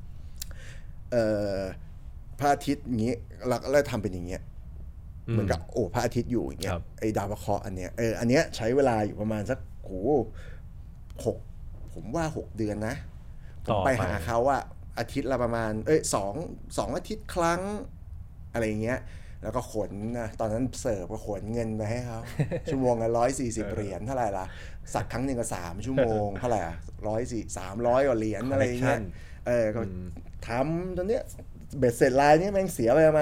พระอาทิตย์อย่างนี้แล้วทำเป็นอย่างเงี้ยเหมือนกับพระอาทิตย์อยู่อย่างเงี้ยไอ้ดาวพระเคราะห์อันเนี้ยอันเนี้ยใช้เวลาอยู่ประมาณสักผมว่า6 เดือนนะผมไปหาเขาอะอาทิตย์ละประมาณสองอาทิตย์ครั้งอะไรอย่างเงี้ยแล้วก็ขนนะตอนนั้นเสิร์ฟก็ขนเงินไปให้เขาชั่วโมงละ140 เหรียญเท่าไหร่ล่ะสักครั้งหนึ่งก็3 ชั่วโมงเท่าไหร่300 กว่าเหรียญอะไรอย่างเงี้ยก็ทำตอนเนี้ยเบ็ดเสร็จลายนี้แม่งเสียไปประมาณ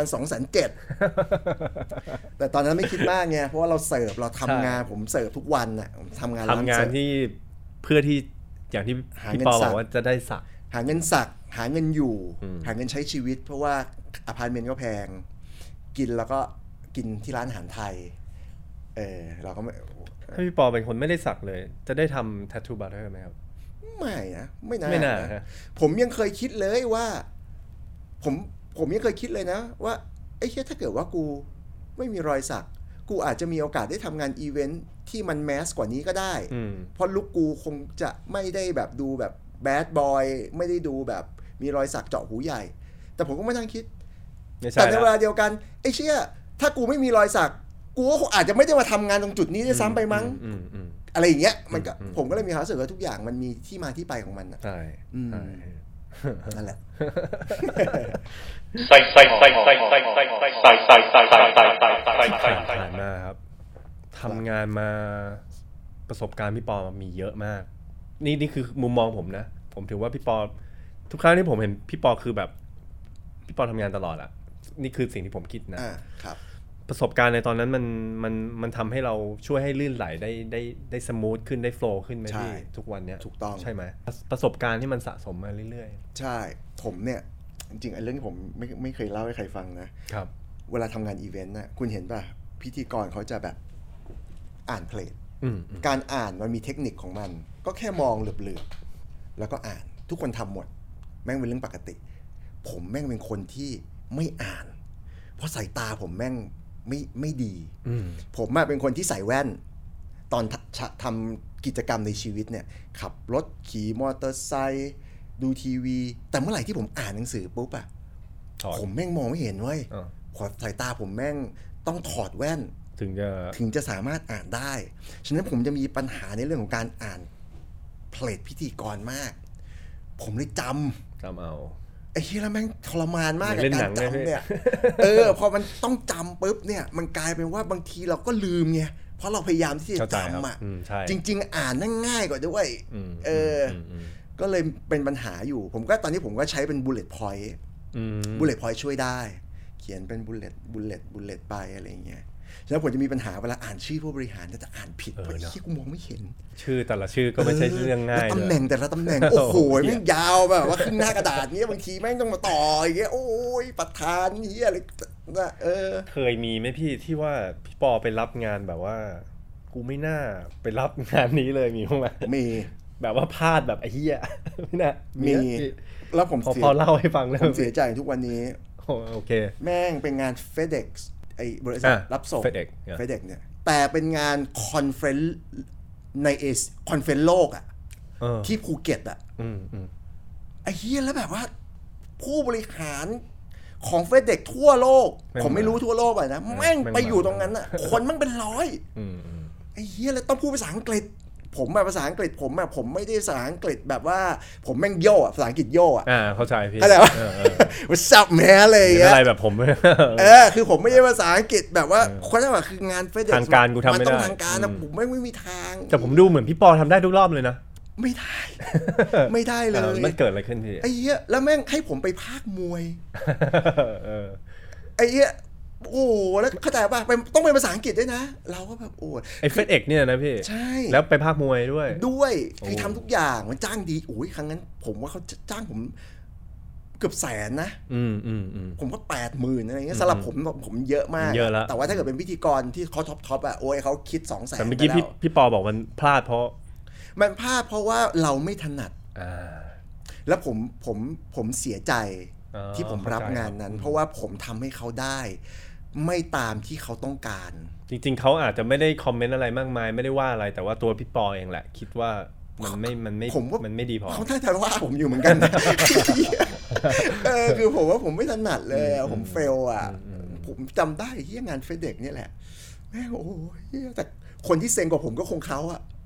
270,000 แต่ตอนนั้นไม่คิดมากไงเพราะว่าเราเสิร์ฟเราทำงานผมเสิร์ฟทุกวันน่ะทำงานที่เพื่อที่อย่างที่พี่ปอบอกว่าจะได้สักหาเงินสักหาเงินอยู่หาเงินใช้ชีวิตเพราะว่าอพาร์ตเมนต์ก็แพงกินแล้วก็กินที่ร้านอาหารไทยเราก็ไม่ถ้าพี่ปอเป็นคนไม่ได้สักเลยจะได้ทำ tattoo butter ไหมครับไม่นะไม่น่าผมยังเคยคิดเลยว่าผมยังเคยคิดเลยนะว่าไอ้เหี้ยถ้าเกิดว่ากูไม่มีรอยสักกูอาจจะมีโอกาสได้ทำงานอีเวนท์ที่มันแมสกว่านี้ก็ได้เพราะลุคกูคงจะไม่ได้แบบดูแบบแบดบอยไม่ได้ดูแบบมีรอยสักเจาะหูใหญ่แต่ผมก็ไม่นั่งคิดแต่ในเวลาเดียวกันไอ้เชี่ยถ้ากูไม่มีรอยสักกูก็อาจจะไม่ได้มาทำงานตรงจุดนี้ได้ซ้ำไปมั้งอะไรอย่างเงี้ยมันก็ผมก็เลยมีความรู้สึกว่าทุกอย่างมันมีที่มาที่ไปของมันใช่นั่นแหละผ่านมาครับทำงานมาประสบการณ์พี่ปอมีเยอะมากนี่คือมุมมองผมนะผมถือว่าพี่ปอทุกครั้งที่ผมเห็นพี่ปอคือแบบพี่ปอทำงานตลอดอะนี่คือสิ่งที่ผมคิดนะครับประสบการณ์ในตอนนั้นมันทำให้เราช่วยให้ลื่นไหลได้สมูทขึ้นได้โฟล์ขึ้นไหมพี่ทุกวันเนี้ยถูกต้องใช่ไหมประสบการณ์ที่มันสะสมมาเรื่อยๆใช่ผมเนี่ยจริงๆไอ้เรื่องที่ผมไม่เคยเล่าให้ใครฟังนะครับเวลาทำงานอีเวนต์น่ะคุณเห็นป่ะพิธีกรเขาจะแบบอ่านเพลงการอ่านมันมีเทคนิคของมันก็แค่มองเหลือบๆแล้วก็อ่านทุกคนทำหมดแม่งเป็นเรื่องปกติผมแม่งเป็นคนที่ไม่อ่านเพราะสายตาผมแม่งไม่ดีผมเป็นคนที่ใส่แว่นตอนทำกิจกรรมในชีวิตเนี่ยขับรถขี่มอเตอร์ไซค์ดูทีวีแต่เมื่อไหร่ที่ผมอ่านหนังสือปุ๊บผมแม่งมองไม่เห็นเว้ยสายตาผมแม่งต้องถอดแว่นถึงจะสามารถอ่านได้ฉะนั้นผมจะมีปัญหาในเรื่องของการอ่านเพลทพิธีกรมากผมเลยจำเอาไอ้เหี้ยแล้วแม่งทรมานมากกับการจำเนี่ยพอมันต้องจำปุ๊บเนี่ยมันกลายเป็นว่าบางทีเราก็ลืมไงเพราะเราพยายามที่จะจำจริงๆอ่านนั่งง่ายกว่าด้วยก็เลยเป็นปัญหาอยู่ผมก็ตอนนี้ผมก็ใช้เป็น bullet point ช่วยได้เขียนเป็น bullet ไปอะไรอย่างเงี้ยแล้วผมจะมีปัญหาเวลาอ่านชื่อผู้บริหารจะอ่านผิดเพราะที่กูมองไม่เห็นชื่อแต่ละชื่อก็ไม่ใช่เรื่องง่ายตำแหน่งแต่ละตำแหน่งโอ้โหแม่งยาวแบบว่าขึ้นหน้ากระดาษเงี้ยบางทีแม่งต้องมาต่ออย่างเงี้ยโอ้ยประธานเหี้ยอะไรนะเคยมีไหมพี่ที่ว่าพี่ปอไปรับงานแบบว่ากูไม่น่าไปรับงานนี้เลยมีมั้ยมีแบบว่าพลาดแบบไอ้เหี้ยไม่น่ามีแล้วผมพอเล่าให้ฟังแล้วผมเสียใจทุกวันนี้โอเคแม่งเป็นงาน FedEx ไอ้บริษัทรับส่ง FedEx เนี่ยแต่เป็นงานคอนเฟรนซ์ในคอนเฟรนซ์โลกที่ภูเก็ตไอ้เหี้ยแล้วแบบว่าผู้บริหารของเฟซเด็กทั่วโลกผมไม่รู้ทั่วโลกอ่ะนะแม่งไปอยู่ตรงนั้นอ่ะคนมันเป็นร้อยไอ้เหี้ยแล้วต้องพูดภาษาอังกฤษผมภาษาอังกฤษผมไม่ได้ภาษาอังกฤษแบบว่าผมแม่งโย่ภาษาอังกฤษโย่เข้าใจพี่อะไรวะว่าซับแม่เลยอะไรแบบผมคือผมไม่ได้ภาษาอังกฤษแบบว่าคนที่ว่าคืองานเฟซเด็กทางการกูทำไม่ได้ทางการนะผมไม่มีทางแต่ผมดูเหมือนพี่ปอทำได้ทุกรอบเลยนะไม่ได้เลยมันเกิดอะไรขึ้นพี่ไอ้เหี้ยแล้วแม่งให้ผมไปพากมวยไอ้เหี้ยโอ้แล้วเข้าใจป่ะต้องเป็นภาษาอังกฤษด้วยนะเราก็แบบโอ้ไอ้เฟซเอกเนี่ยนะพี่ใช่แล้วไปพากมวยด้วยคือทำทุกอย่างมันจ้างดีโอ้ยครั้งนั้นผมว่าเขาจ้างผมเกือบแสนนะผมก็80,000อะไรเงี้ยสำหรับผมเยอะมากแต่ว่าถ้าเกิดเป็นพิธีกรที่เขาท็อปโอ้ยเขาคิด200,000 แต่เมื่อกี้พี่ปอบอกมันพลาดเพราะว่าเราไม่ถนัดแล้วผมเสียใจที่ผมรับงานนั้นเพราะว่าผมทำให้เขาได้ไม่ตามที่เขาต้องการจริงๆเขาอาจจะไม่ได้คอมเมนต์อะไรมากมายไม่ได้ว่าอะไรแต่ว่าตัวพี่ปอเองแหละคิดว่ามันไม่ดีพอเขาท่าทางว่าผมอยู่เหมือนกันนะคือผมว่าผมไม่ถนัดเลยผมเฟลผมจำได้ที่งานเฟซเด็กนี่แหละแม่โอ้ยแต่คนที่เซ็งกว่าผมก็คงเขา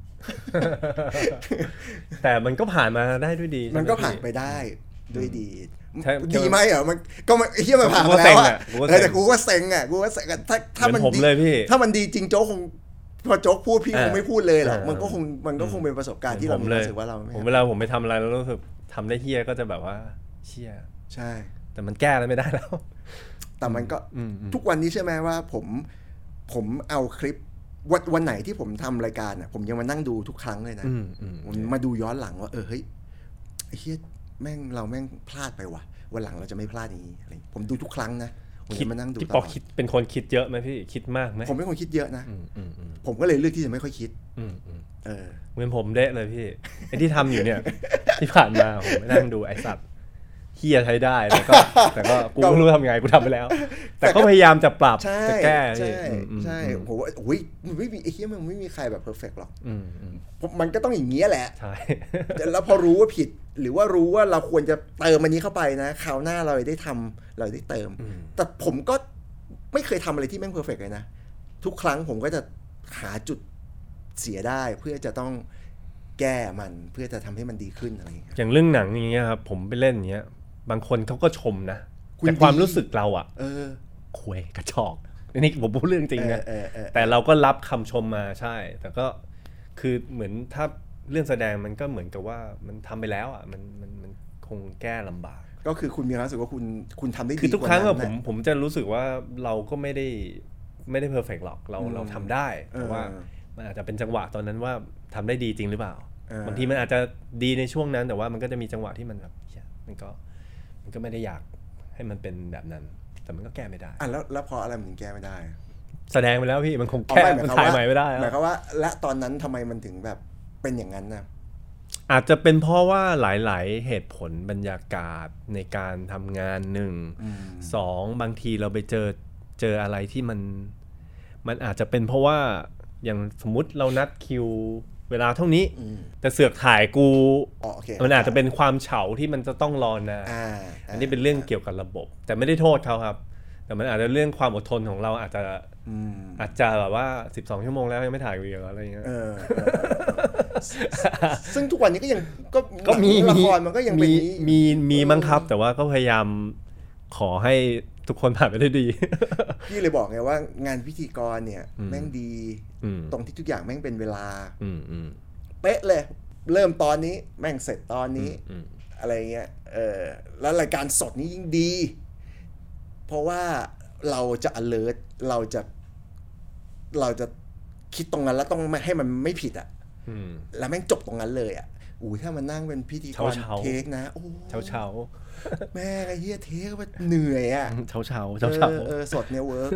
แต่มันก็ผ่านมาได้ด้วยดีมันก็ผ่านไปได้ด้วยดีไหมมันก็เฮี้ยมันผ่านแล้วแต่กูก็เซ็งกูก็เซ็งถ้ามันดีจริงโจ๊กคงพอโจ๊กพูดพี่คงไม่พูดเลยหรอกมันก็คงเป็นประสบการณ์ที่เรารู้สึกว่าเราเวลาผมไปทำอะไรแล้วรู้สึกทำได้เฮี้ยก็จะแบบว่าเชี่ยใช่แต่มันแก้อะไรไม่ได้แล้วแต่มันก็ทุกวันนี้ใช่ไหมว่าผมเอาคลิปวันไหนที่ผมทำรายการผมยังมานั่งดูทุกครั้งเลยนะผมมาดูย้อนหลังว่าเฮ้ยไอ้เฮี้ยเราแม่งพลาดไปว่ะวันหลังเราจะไม่พลาดอย่างนี้อะไรผมดูทุกครั้งนะผมมานั่งดูพี่ปอคิดเป็นคนคิดเยอะไหมพี่คิดมากไหมผมเป็นคนคิดเยอะนะผมก็เลยเลือกที่จะไม่ค่อยคิดเหมือนผมเดะเลยพี่ไอ้ที่ทำอยู่เนี่ยที่ผ่านมาผมไม่นั่งดูไอ้สัตว์เฮียใช้ได้แต่ก็กูไม่รู้ทำไงกูทำไปแล้วแต่ก็พยายามจะปรับจะแก้ใช่ผมว่าโอ้ยมันไม่มีไอ้เฮียมันไม่มีใครแบบเพอร์เฟกต์หรอกมันก็ต้องอย่างเงี้ยแหละใช่แล้วพอรู้ว่าผิดหรือว่ารู้ว่าเราควรจะเติมอันนี้เข้าไปนะคราวหน้าเราได้ทำเราได้เติมแต่ผมก็ไม่เคยทำอะไรที่แม่งเพอร์เฟกต์เลยนะทุกครั้งผมก็จะหาจุดเสียได้เพื่อจะต้องแก้มันเพื่อจะทำให้มันดีขึ้นอะไรอย่างเรื่องหนังอย่างเงี้ยครับผมไปเล่นอย่างเงี้ยบางคนเขาก็ชมนะแต่ความรู้สึกเราคุยกระชอกนี่ผมพูดเรื่องจริงนะแต่เราก็รับคำชมมาใช่แต่ก็คือเหมือนถ้าเรื่องแสดงมันก็เหมือนกับว่ามันทำไปแล้วมันคงแก้ลำบากก็คือคุณมีความรู้สึกว่าคุณทำได้ดีคือทุกครั้งผมจะรู้สึกว่าเราก็ไม่ได้เพอร์เฟกต์หรอกเราทำได้แต่ว่ามันอาจจะเป็นจังหวะตอนนั้นว่าทำได้ดีจริงหรือเปล่าบางทีมันอาจจะดีในช่วงนั้นแต่ว่ามันก็จะมีจังหวะที่มันแบบมันก็ไม่ได้อยากให้มันเป็นแบบนั้นแต่มันก็แก้ไม่ได้แล้วพออะไรมันถึงแก้ไม่ได้แสดงไปแล้วพี่มันคงแก้มันถ่ายใหม่ไม่ได้หมายความว่าและตอนนั้นทำไมมันถึงแบบเป็นอย่างนั้นนะอาจจะเป็นเพราะว่าหลายๆเหตุผลบรรยากาศในการทำงาน1 2บางทีเราไปเจออะไรที่มันอาจจะเป็นเพราะว่าอย่างสมมุติเรานัดคิวเวลาเท่านี้แต่เสือกถ่ายกูมันอาจจะเป็นความเฉาที่มันจะต้องรอนานอันนี้เป็นเรื่องเกี่ยวกับระบบแต่ไม่ได้โทษเขาครับแต่มันอาจจะเรื่องความอดทนของเราอาจจะแบบว่า12ชั่วโมงแล้วยังไม่ถ่ายวีอะไรอย่างเงี้ยซึ่งทุกวันนี้ก็มีละครมันก็ยังเป็นมีมั้งครับแต่ว่าก็พยายามขอให้ทุกคนผ่านไปได้ดีพี่เลยบอกไงว่างานพิธีกรเนี่ยแม่งดีตรงที่ทุกอย่างแม่งเป็นเวลาเป๊ะเลยเริ่มตอนนี้แม่งเสร็จตอนนี้อะไรเงี้ยแล้วรายการสดนี้ยิ่งดีเพราะว่าเราจะ alert เราจะคิดตรงนั้นแล้วต้องไม่ให้มันไม่ผิดแล้วแม่งจบตรงนั้นเลยถ้ามันนั่งเป็นพิธีกรเทคนะโอ้เช้าแม่ไอ้เหี้ยเทคมันเหนื่อยเช้าสดเนี่ยเวิร์ก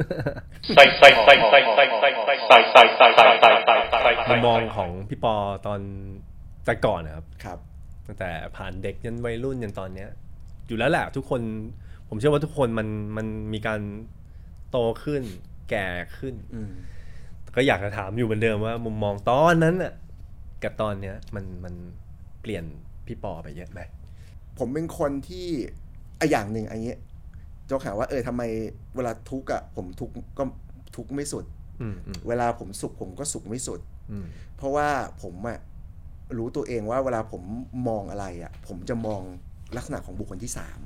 มุมมองของพี่ปอตอนแต่ก่อนครับตั้งแต่ผ่านเด็กยันวัยรุ่นยันตอนเนี้ยอยู่แล้วแหละทุกคนผมเชื่อว่าทุกคนมันมีการโตขึ้นแก่ขึ้นก็อยากจะถามอยู่เหมือนเดิมว่ามุมมองตอนนั้นกับตอนเนี้ยมันเปลี่ยนพี่ปอไปเยอะไหมผมเป็นคนที่อย่างหนึ่งอันนี้โจ๊กถามว่าทำไมเวลาทุกข์อ่ะผมทุกข์ก็ทุกข์ไม่สุดเวลาผมสุขผมก็สุขไม่สุดเพราะว่าผมอ่ะรู้ตัวเองว่าเวลาผมมองอะไรอ่ะผมจะมองลักษณะของบุคคลที่3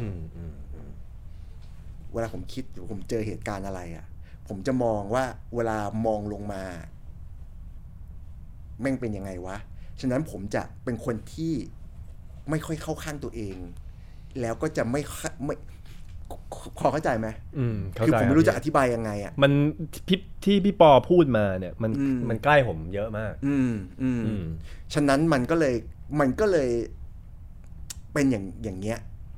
เวลาผมคิดผมเจอเหตุการณ์อะไรอ่ะผมจะมองว่าเวลามองลงมาแม่งเป็นยังไงวะฉะนั้นผมจะเป็นคนที่ไม่ค่อยเข้าข้างตัวเองแล้วก็จะไม่พอเข้าใจไหมคือผมไม่รู้จะอธิบายยังไงอ่ะมันที่พี่ปอพูดมาเนี่ยมันใกล้ผมเยอะมากฉะนั้นมันก็เลยเป็นอย่างเงี้ย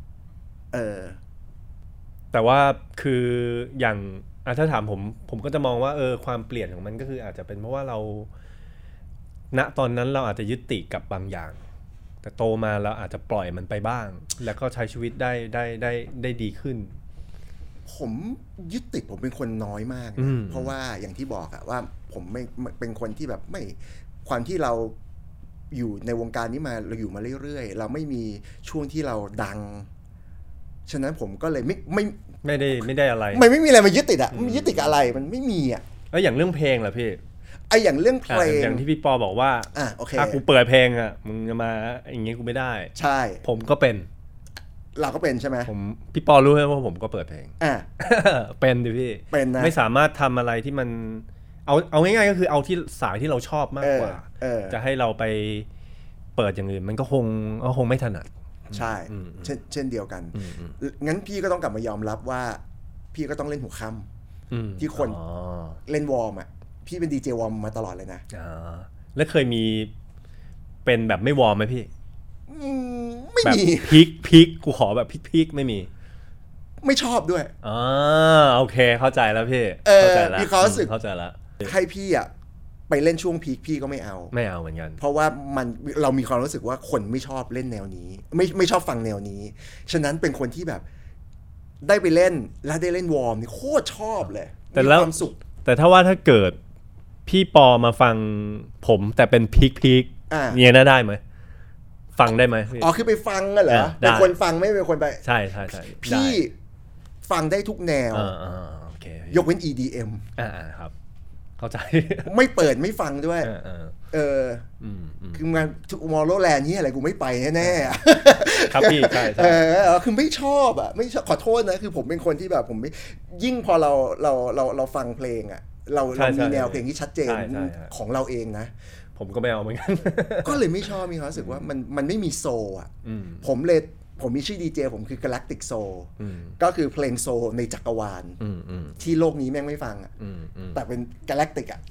แต่ว่าคืออย่างถ้าถามผมก็จะมองว่าความเปลี่ยนของมันก็คืออาจจะเป็นเพราะว่าเราณตอนนั้นเราอาจจะยึดติดกับบางอย่างแต่โตมาเราอาจจะปล่อยมันไปบ้างแล้วก็ใช้ชีวิตได้ดีขึ้นผมยึดติดผมเป็นคนน้อยมากเพราะว่าอย่างที่บอกอะว่าผมไม่เป็นคนที่แบบไม่ความที่เราอยู่ในวงการนี้มาเราอยู่มาเรื่อยๆเราไม่มีช่วงที่เราดังฉะนั้นผมก็เลยไม่ได้อะไรไม่มีอะไรมายึดติดอะยึดติดกับอะไรมันไม่มีอะแล้วอย่างเรื่องเพลงล่ะพี่อย่างเรื่องเพลงอย่างที่พี่ปอบอกว่าโอเคกูเปิดเพลงอ่ะมึงจะมาอย่างงี้กูไม่ได้ใช่ผมก็เป็นเราก็เป็นใช่ไหมพี่ปอรู้ไหมว่าผมก็เปิดเพลงเป็นดิพี่เป็นนะไม่สามารถทำอะไรที่มันเอาง่ายๆก็คือเอาที่สายที่เราชอบมากกว่าจะให้เราไปเปิดอย่างอื่นมันก็คงไม่ถนัดใช่เช่นเดียวกันงั้นพี่ก็ต้องกลับมายอมรับว่าพี่ก็ต้องเล่นหัวค่ำที่คนเล่นวอร์มอ่ะพี่เป็นดีเจวอร์มมาตลอดเลยนะแล้วเคยมีเป็นแบบไม่วอร์มไหมพี่ไม่มีพีคกูขอแบบพีคไม่มีไม่ชอบด้วยโอเคเข้าใจแล้วพี่เข้าใจแล้วพี่เขารู้สึกเข้าใจแล้วให้พี่อ่ะไปเล่นช่วงพีคพี่ก็ไม่เอาเหมือนกันเพราะว่าเรามีความรู้สึกว่าคนไม่ชอบเล่นแนวนี้ไม่ชอบฟังแนวนี้ฉะนั้นเป็นคนที่แบบได้ไปเล่นแล้วได้เล่นวอร์มนี่โคตรชอบเลยมีความสุขแต่ถ้าเกิดพี่ปอมาฟังผมแต่เป็นพีคเนี่ยน่าได้ไหมฟังได้ไหมคือไปฟังเหรอเป็นคนฟังไม่เป็นคนไปใช่พี่ฟังได้ทุกแนวยกเว้น EDM ครับเข้าใจไม่เปิดไม่ฟังด้วยคืองานTomorrowlandนี่อะไรกูไม่ไปแน่ๆครับพี่ใช่คือไม่ชอบอ่ะไม่ชอบขอโทษนะคือผมเป็นคนที่แบบผมไม่ยิ่งพอเราฟังเพลงอ่ะเรามีแนวเพลงที่ชัดเจนของเราเองนะผมก็ไม่เอาเหมือนกันก็เลยไม่ชอบมีความรู้สึกว่ามันไม่มีโซอ่ะผมมีชื่อดีเจผมคือ Galactic Soul ก็คือเพลงโซในจักรวาลที่โลกนี้แม่งไม่ฟังอ่ะแต่เป็น Galactic อ่ะ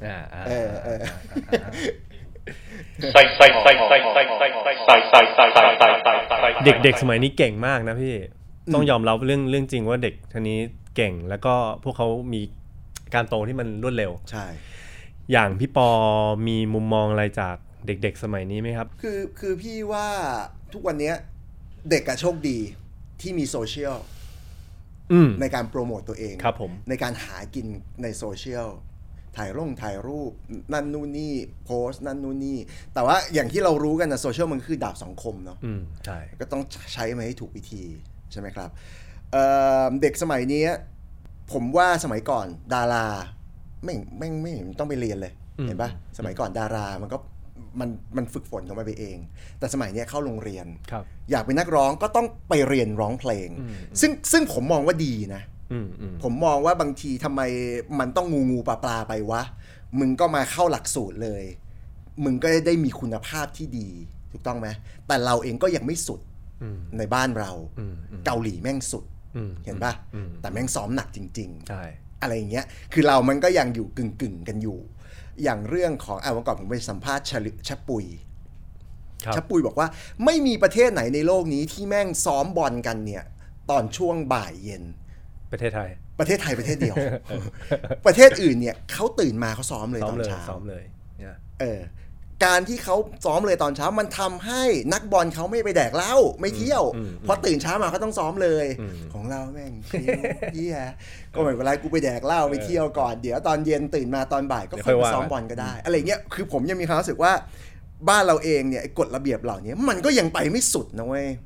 เด็กๆสมัยนี้เก่งมากนะพี่ต้องยอมรับเรื่องจริงว่าเด็กทีนี้เก่งแล้วก็พวกเขามีการโตที่มันรวดเร็วใช่อย่างพี่ปอมีมุมมองอะไรจากเด็กๆสมัยนี้ไหมครับคือพี่ว่าทุกวันนี้เด็กอะโชคดีที่มีโซเชียลในการโปรโมตตัวเองครับผมในการหากินในโซเชียลถ่ายรูปนั่นนู่นนี่โพสต์นั่นนู่นนี่แต่ว่าอย่างที่เรารู้กันนะโซเชียลมันคือดาบสองคมเนาะใช่ก็ต้องใช้มาให้ถูกวิธีใช่ไหมครับเด็กสมัยนี้ผมว่าสมัยก่อนดาราไม่ต้องไปเรียนเลยเห็นปะสมัยก่อนดารามันฝึกฝนกันไปเองแต่สมัยนี้เข้าโรงเรียนอยากเป็นนักร้องก็ต้องไปเรียนร้องเพลงซึ่งผมมองว่าดีนะผมมองว่าบางทีทำไมมันต้องงูปลาไปวะมึงก็มาเข้าหลักสูตรเลยมึงก็ได้มีคุณภาพที่ดีถูกต้องไหมแต่เราเองก็ยังไม่สุดในบ้านเราเกาหลีแม่งสุดเห็นปะแต่แม่งซ้อมหนักจริงๆอะไรอย่างเงี้ยคือเรามันก็ยังอยู่กึ่งกันอยู่อย่างเรื่องของวันก่อนผมไปสัมภาษณ์ชะปุยบอกว่าไม่มีประเทศไหนในโลกนี้ที่แม่งซ้อมบอลกันเนี่ยตอนช่วงบ่ายเย็นประเทศไทยประเทศเดียว ประเทศอื่นเนี่ยเขาตื่นมาเขาซ้อมเลยตอนเช้าซ้อมเลยการที่เขาซ้อมเลยตอนเช้ามันทำให้นักบอลเขาไม่ไปแดกเหล้าไม่เที่ยวเพราะตื่นเช้ามาเขาต้องซ้อมเลยของเราแม่งเหี้ยก็เหมือนเวลากูไปแดกเหล้าไปเที่ยวก่อนเดี๋ยวตอนเย็นตื่นมาตอนบ่ายก็ค่อยไปซ้อมบอลก็ได้อะไรเงี้ยคือผมยังมีความรู้สึกว่าบ้านเราเองเนี่ยกฎระเบียบเหล่านี้มันก็ยังไปไม่สุดนะเว้ย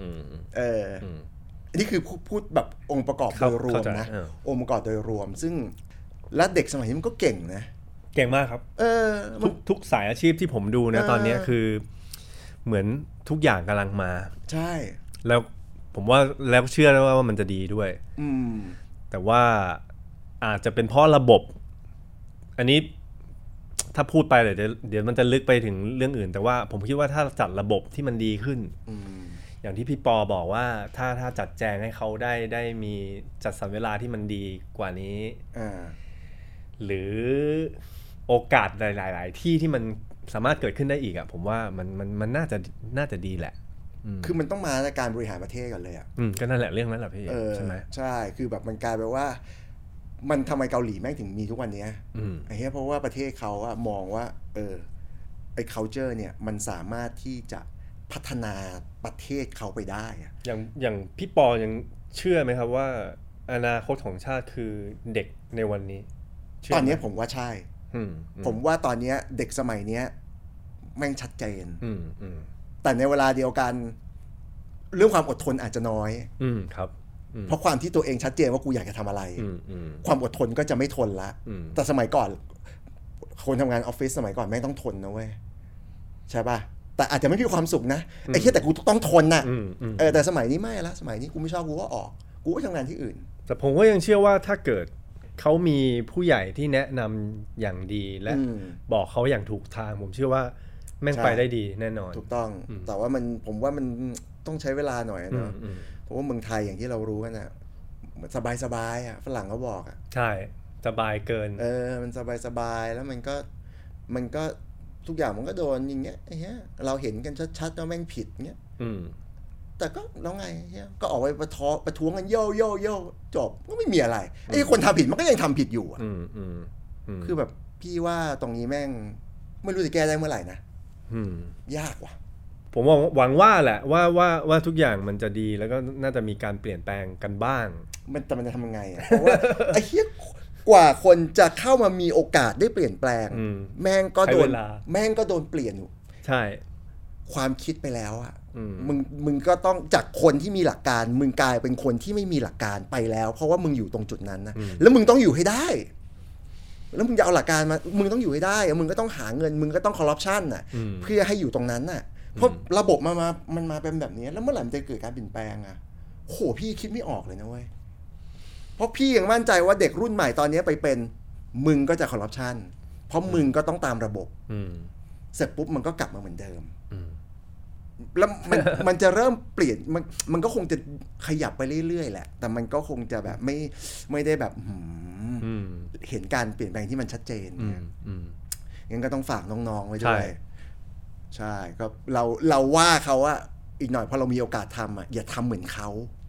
อันนี้คือพูดแบบองค์ประกอบโดยรวมนะองค์ประกอบโดยรวมซึ่งและเด็กสมัยนี้มันก็เก่งนะเก่งมากครับทุกสายอาชีพที่ผมดูนะตอนนี้คือเหมือนทุกอย่างกำลังมาใช่แล้วผมว่าแล้วเชื่อแล้วว่ามันจะดีด้วยแต่ว่าอาจจะเป็นเพราะระบบอันนี้ถ้าพูดไปเดี๋ยวมันจะลึกไปถึงเรื่องอื่นแต่ว่าผมคิดว่าถ้าจัดระบบที่มันดีขึ้นอย่างที่พี่ปอบอกว่าถ้าจัดแจงให้เขาได้มีจัดสรรเวลาที่มันดีกว่านี้หรือโอกาสหลายๆที่ที่มันสามารถเกิดขึ้นได้อีกอ่ะผมว่ามันน่าจะดีแหละคือมันต้องมาในการบริหารประเทศกันเลยอ่ะก็นั่นแหละเรื่องนั้นแหละพี่ใช่ไหมใช่คือแบบมันกลายไปว่ามันทำไมเกาหลีแม่งถึงมีทุกวันนี้ไอ้เหี้ยเพราะว่าประเทศเขาอะมองว่าไอ้ culture เนี่ยมันสามารถที่จะพัฒนาประเทศเขาไปได้อย่างพี่ปอยังเชื่อไหมครับว่าอนาคตของชาติคือเด็กในวันนี้ตอนนี้ผมว่าใช่ผมว่าตอนนี้เด็กสมัยนี้แม่งชัดเจนแต่ในเวลาเดียวกันเรื่องความอดทนอาจจะน้อยครับเพราะความที่ตัวเองชัดเจนว่ากูอยากจะทำอะไรความอดทนก็จะไม่ทนละแต่สมัยก่อนคนทำงานออฟฟิศสมัยก่อนไม่ต้องทนนะเว้ยใช่ป่ะแต่อาจจะไม่มีความสุขนะไอ้แค่แต่กูต้องทนน่ะแต่สมัยนี้ไม่ละสมัยนี้กูไม่ชอบกูก็ออกกูก็ทำงานที่อื่นแต่ผมก็ยังเชื่อว่าถ้าเกิดเขามีผู้ใหญ่ที่แนะนำอย่างดีและบอกเขาอย่างถูกทางผมเชื่อว่าแม่งไปได้ดีแน่นอนถูกต้องแต่ว่าผมว่ามันต้องใช้เวลาหน่อยนะเพราะว่าเมืองไทยอย่างที่เรารู้กันน่ะสบายๆอ่ะฝรั่งเขาบอกอ่ะใช่สบายเกินมันสบายแล้วมันก็ทุกอย่างมันก็โดนอย่างเงี้ยไอ้เหี้ยเราเห็นกันชัดๆว่าแม่งผิดเงี้ยแต่ก็แล้วไงเหี้ยก็ออกไปประท้วงกันโย่จบก็ไม่มีอะไรไอ้คนทำผิดมันก็ยังทำผิดอยู่อ่ะคือแบบพี่ว่าตรงนี้แม่งไม่รู้จะแก้ได้เมื่อไหร่นะยากว่ะผมหวังว่าแหละว่าทุกอย่างมันจะดีแล้วก็น่าจะมีการเปลี่ยนแปลงกันบ้างแต่มันจะทำยังไงอ่ะเพราะว่าไอ้เหี้ยกว่าคนจะเข้ามามีโอกาสได้เปลี่ยนแปลงแม่งก็โดนเปลี่ยนใช่ความคิดไปแล้วอ่ะมึงก็ต้องจากคนที่มีหลักการมึงกลายเป็นคนที่ไม่มีหลักการไปแล้วเพราะว่ามึงอยู่ตรงจุดนั้นนะแล้วมึงต้องอยู่ให้ได้แล้วมึงจะเอาหลักการมามึงต้องอยู่ให้ได้มึงก็ต้องหาเงินมึงก็ต้องคอร์รัปชันน่ะเพื่อให้อยู่ตรงนั้นน่ะเพราะระบบมันมาเป็นแบบนี้แล้วเมื่อไหร่มันจะเกิดการเปลี่ยนแปลงอ่ะโหพี่คิดไม่ออกเลยนะเว้ยเพราะพี่ยังมั่นใจว่าเด็กรุ่นใหม่ตอนนี้ไปเป็นมึงก็จะคอร์รัปชันเพราะมึงก็ต้องตามระบบเสร็จปุ๊บมันก็กลับมาเหมือนเดิมแล้วมันจะเริ่มเปลี่ยนมันก็คงจะขยับไปเรื่อยๆแหละแต่มันก็คงจะแบบไม่ได้แบบเห็นการเปลี่ยนแปลงที่มันชัดเจนงั้นก็ต้องฝากน้องๆไว้ด้วยใช่ก็เราว่าเขาอะอีกหน่อยพอเรามีโอกาสทำอะอย่าทำเหมือนเขา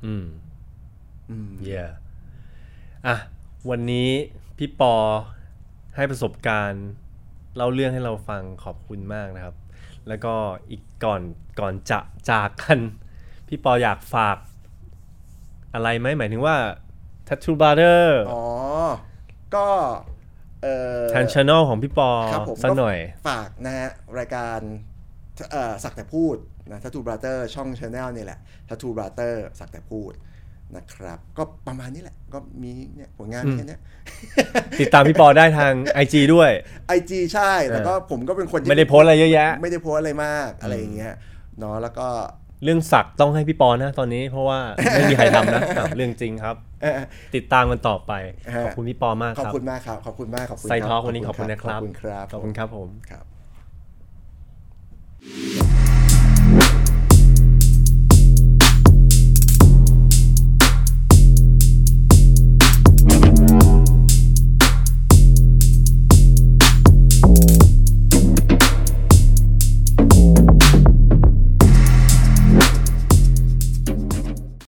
วันนี้พี่ปอให้ประสบการณ์เล่าเรื่องให้เราฟังขอบคุณมากนะครับแล้วก็อีกก่อนจะจากกันพี่ปออยากฝากอะไรไหมหมายถึงว่า Tattoo Brother ก็ทาง channel ของพี่ปอสักหน่อยฝากนะฮะรายการสักแต่พูดนะ Tattoo Brother ช่อง channel นี่แหละ Tattoo Brother สักแต่พูดนะครับก็ประมาณนี้แหละก็มีเนี่ยผลงานแค่นี้ติดตามพี่ปอได้ทาง IG ด้วย IG ใช่แล้วก็ผมก็เป็นคนไม่ได้โพสอะไรเยอะแยะไม่ได้โพสอะไรมากอะไรอย่างเงี้ยเนาะแล้วก็เรื่องสักต้องให้พี่ปอนะตอนนี้เพราะว่าไม่มีใครทำนะเรื่องจริงครับติดตามกันต่อไปขอบคุณพี่ปอมากครับขอบคุณมากครับขอบคุณมากขอบคุณไซทอล์กวันนี้ขอบคุณนะครับขอบคุณครับขอบคุณครับผมครับ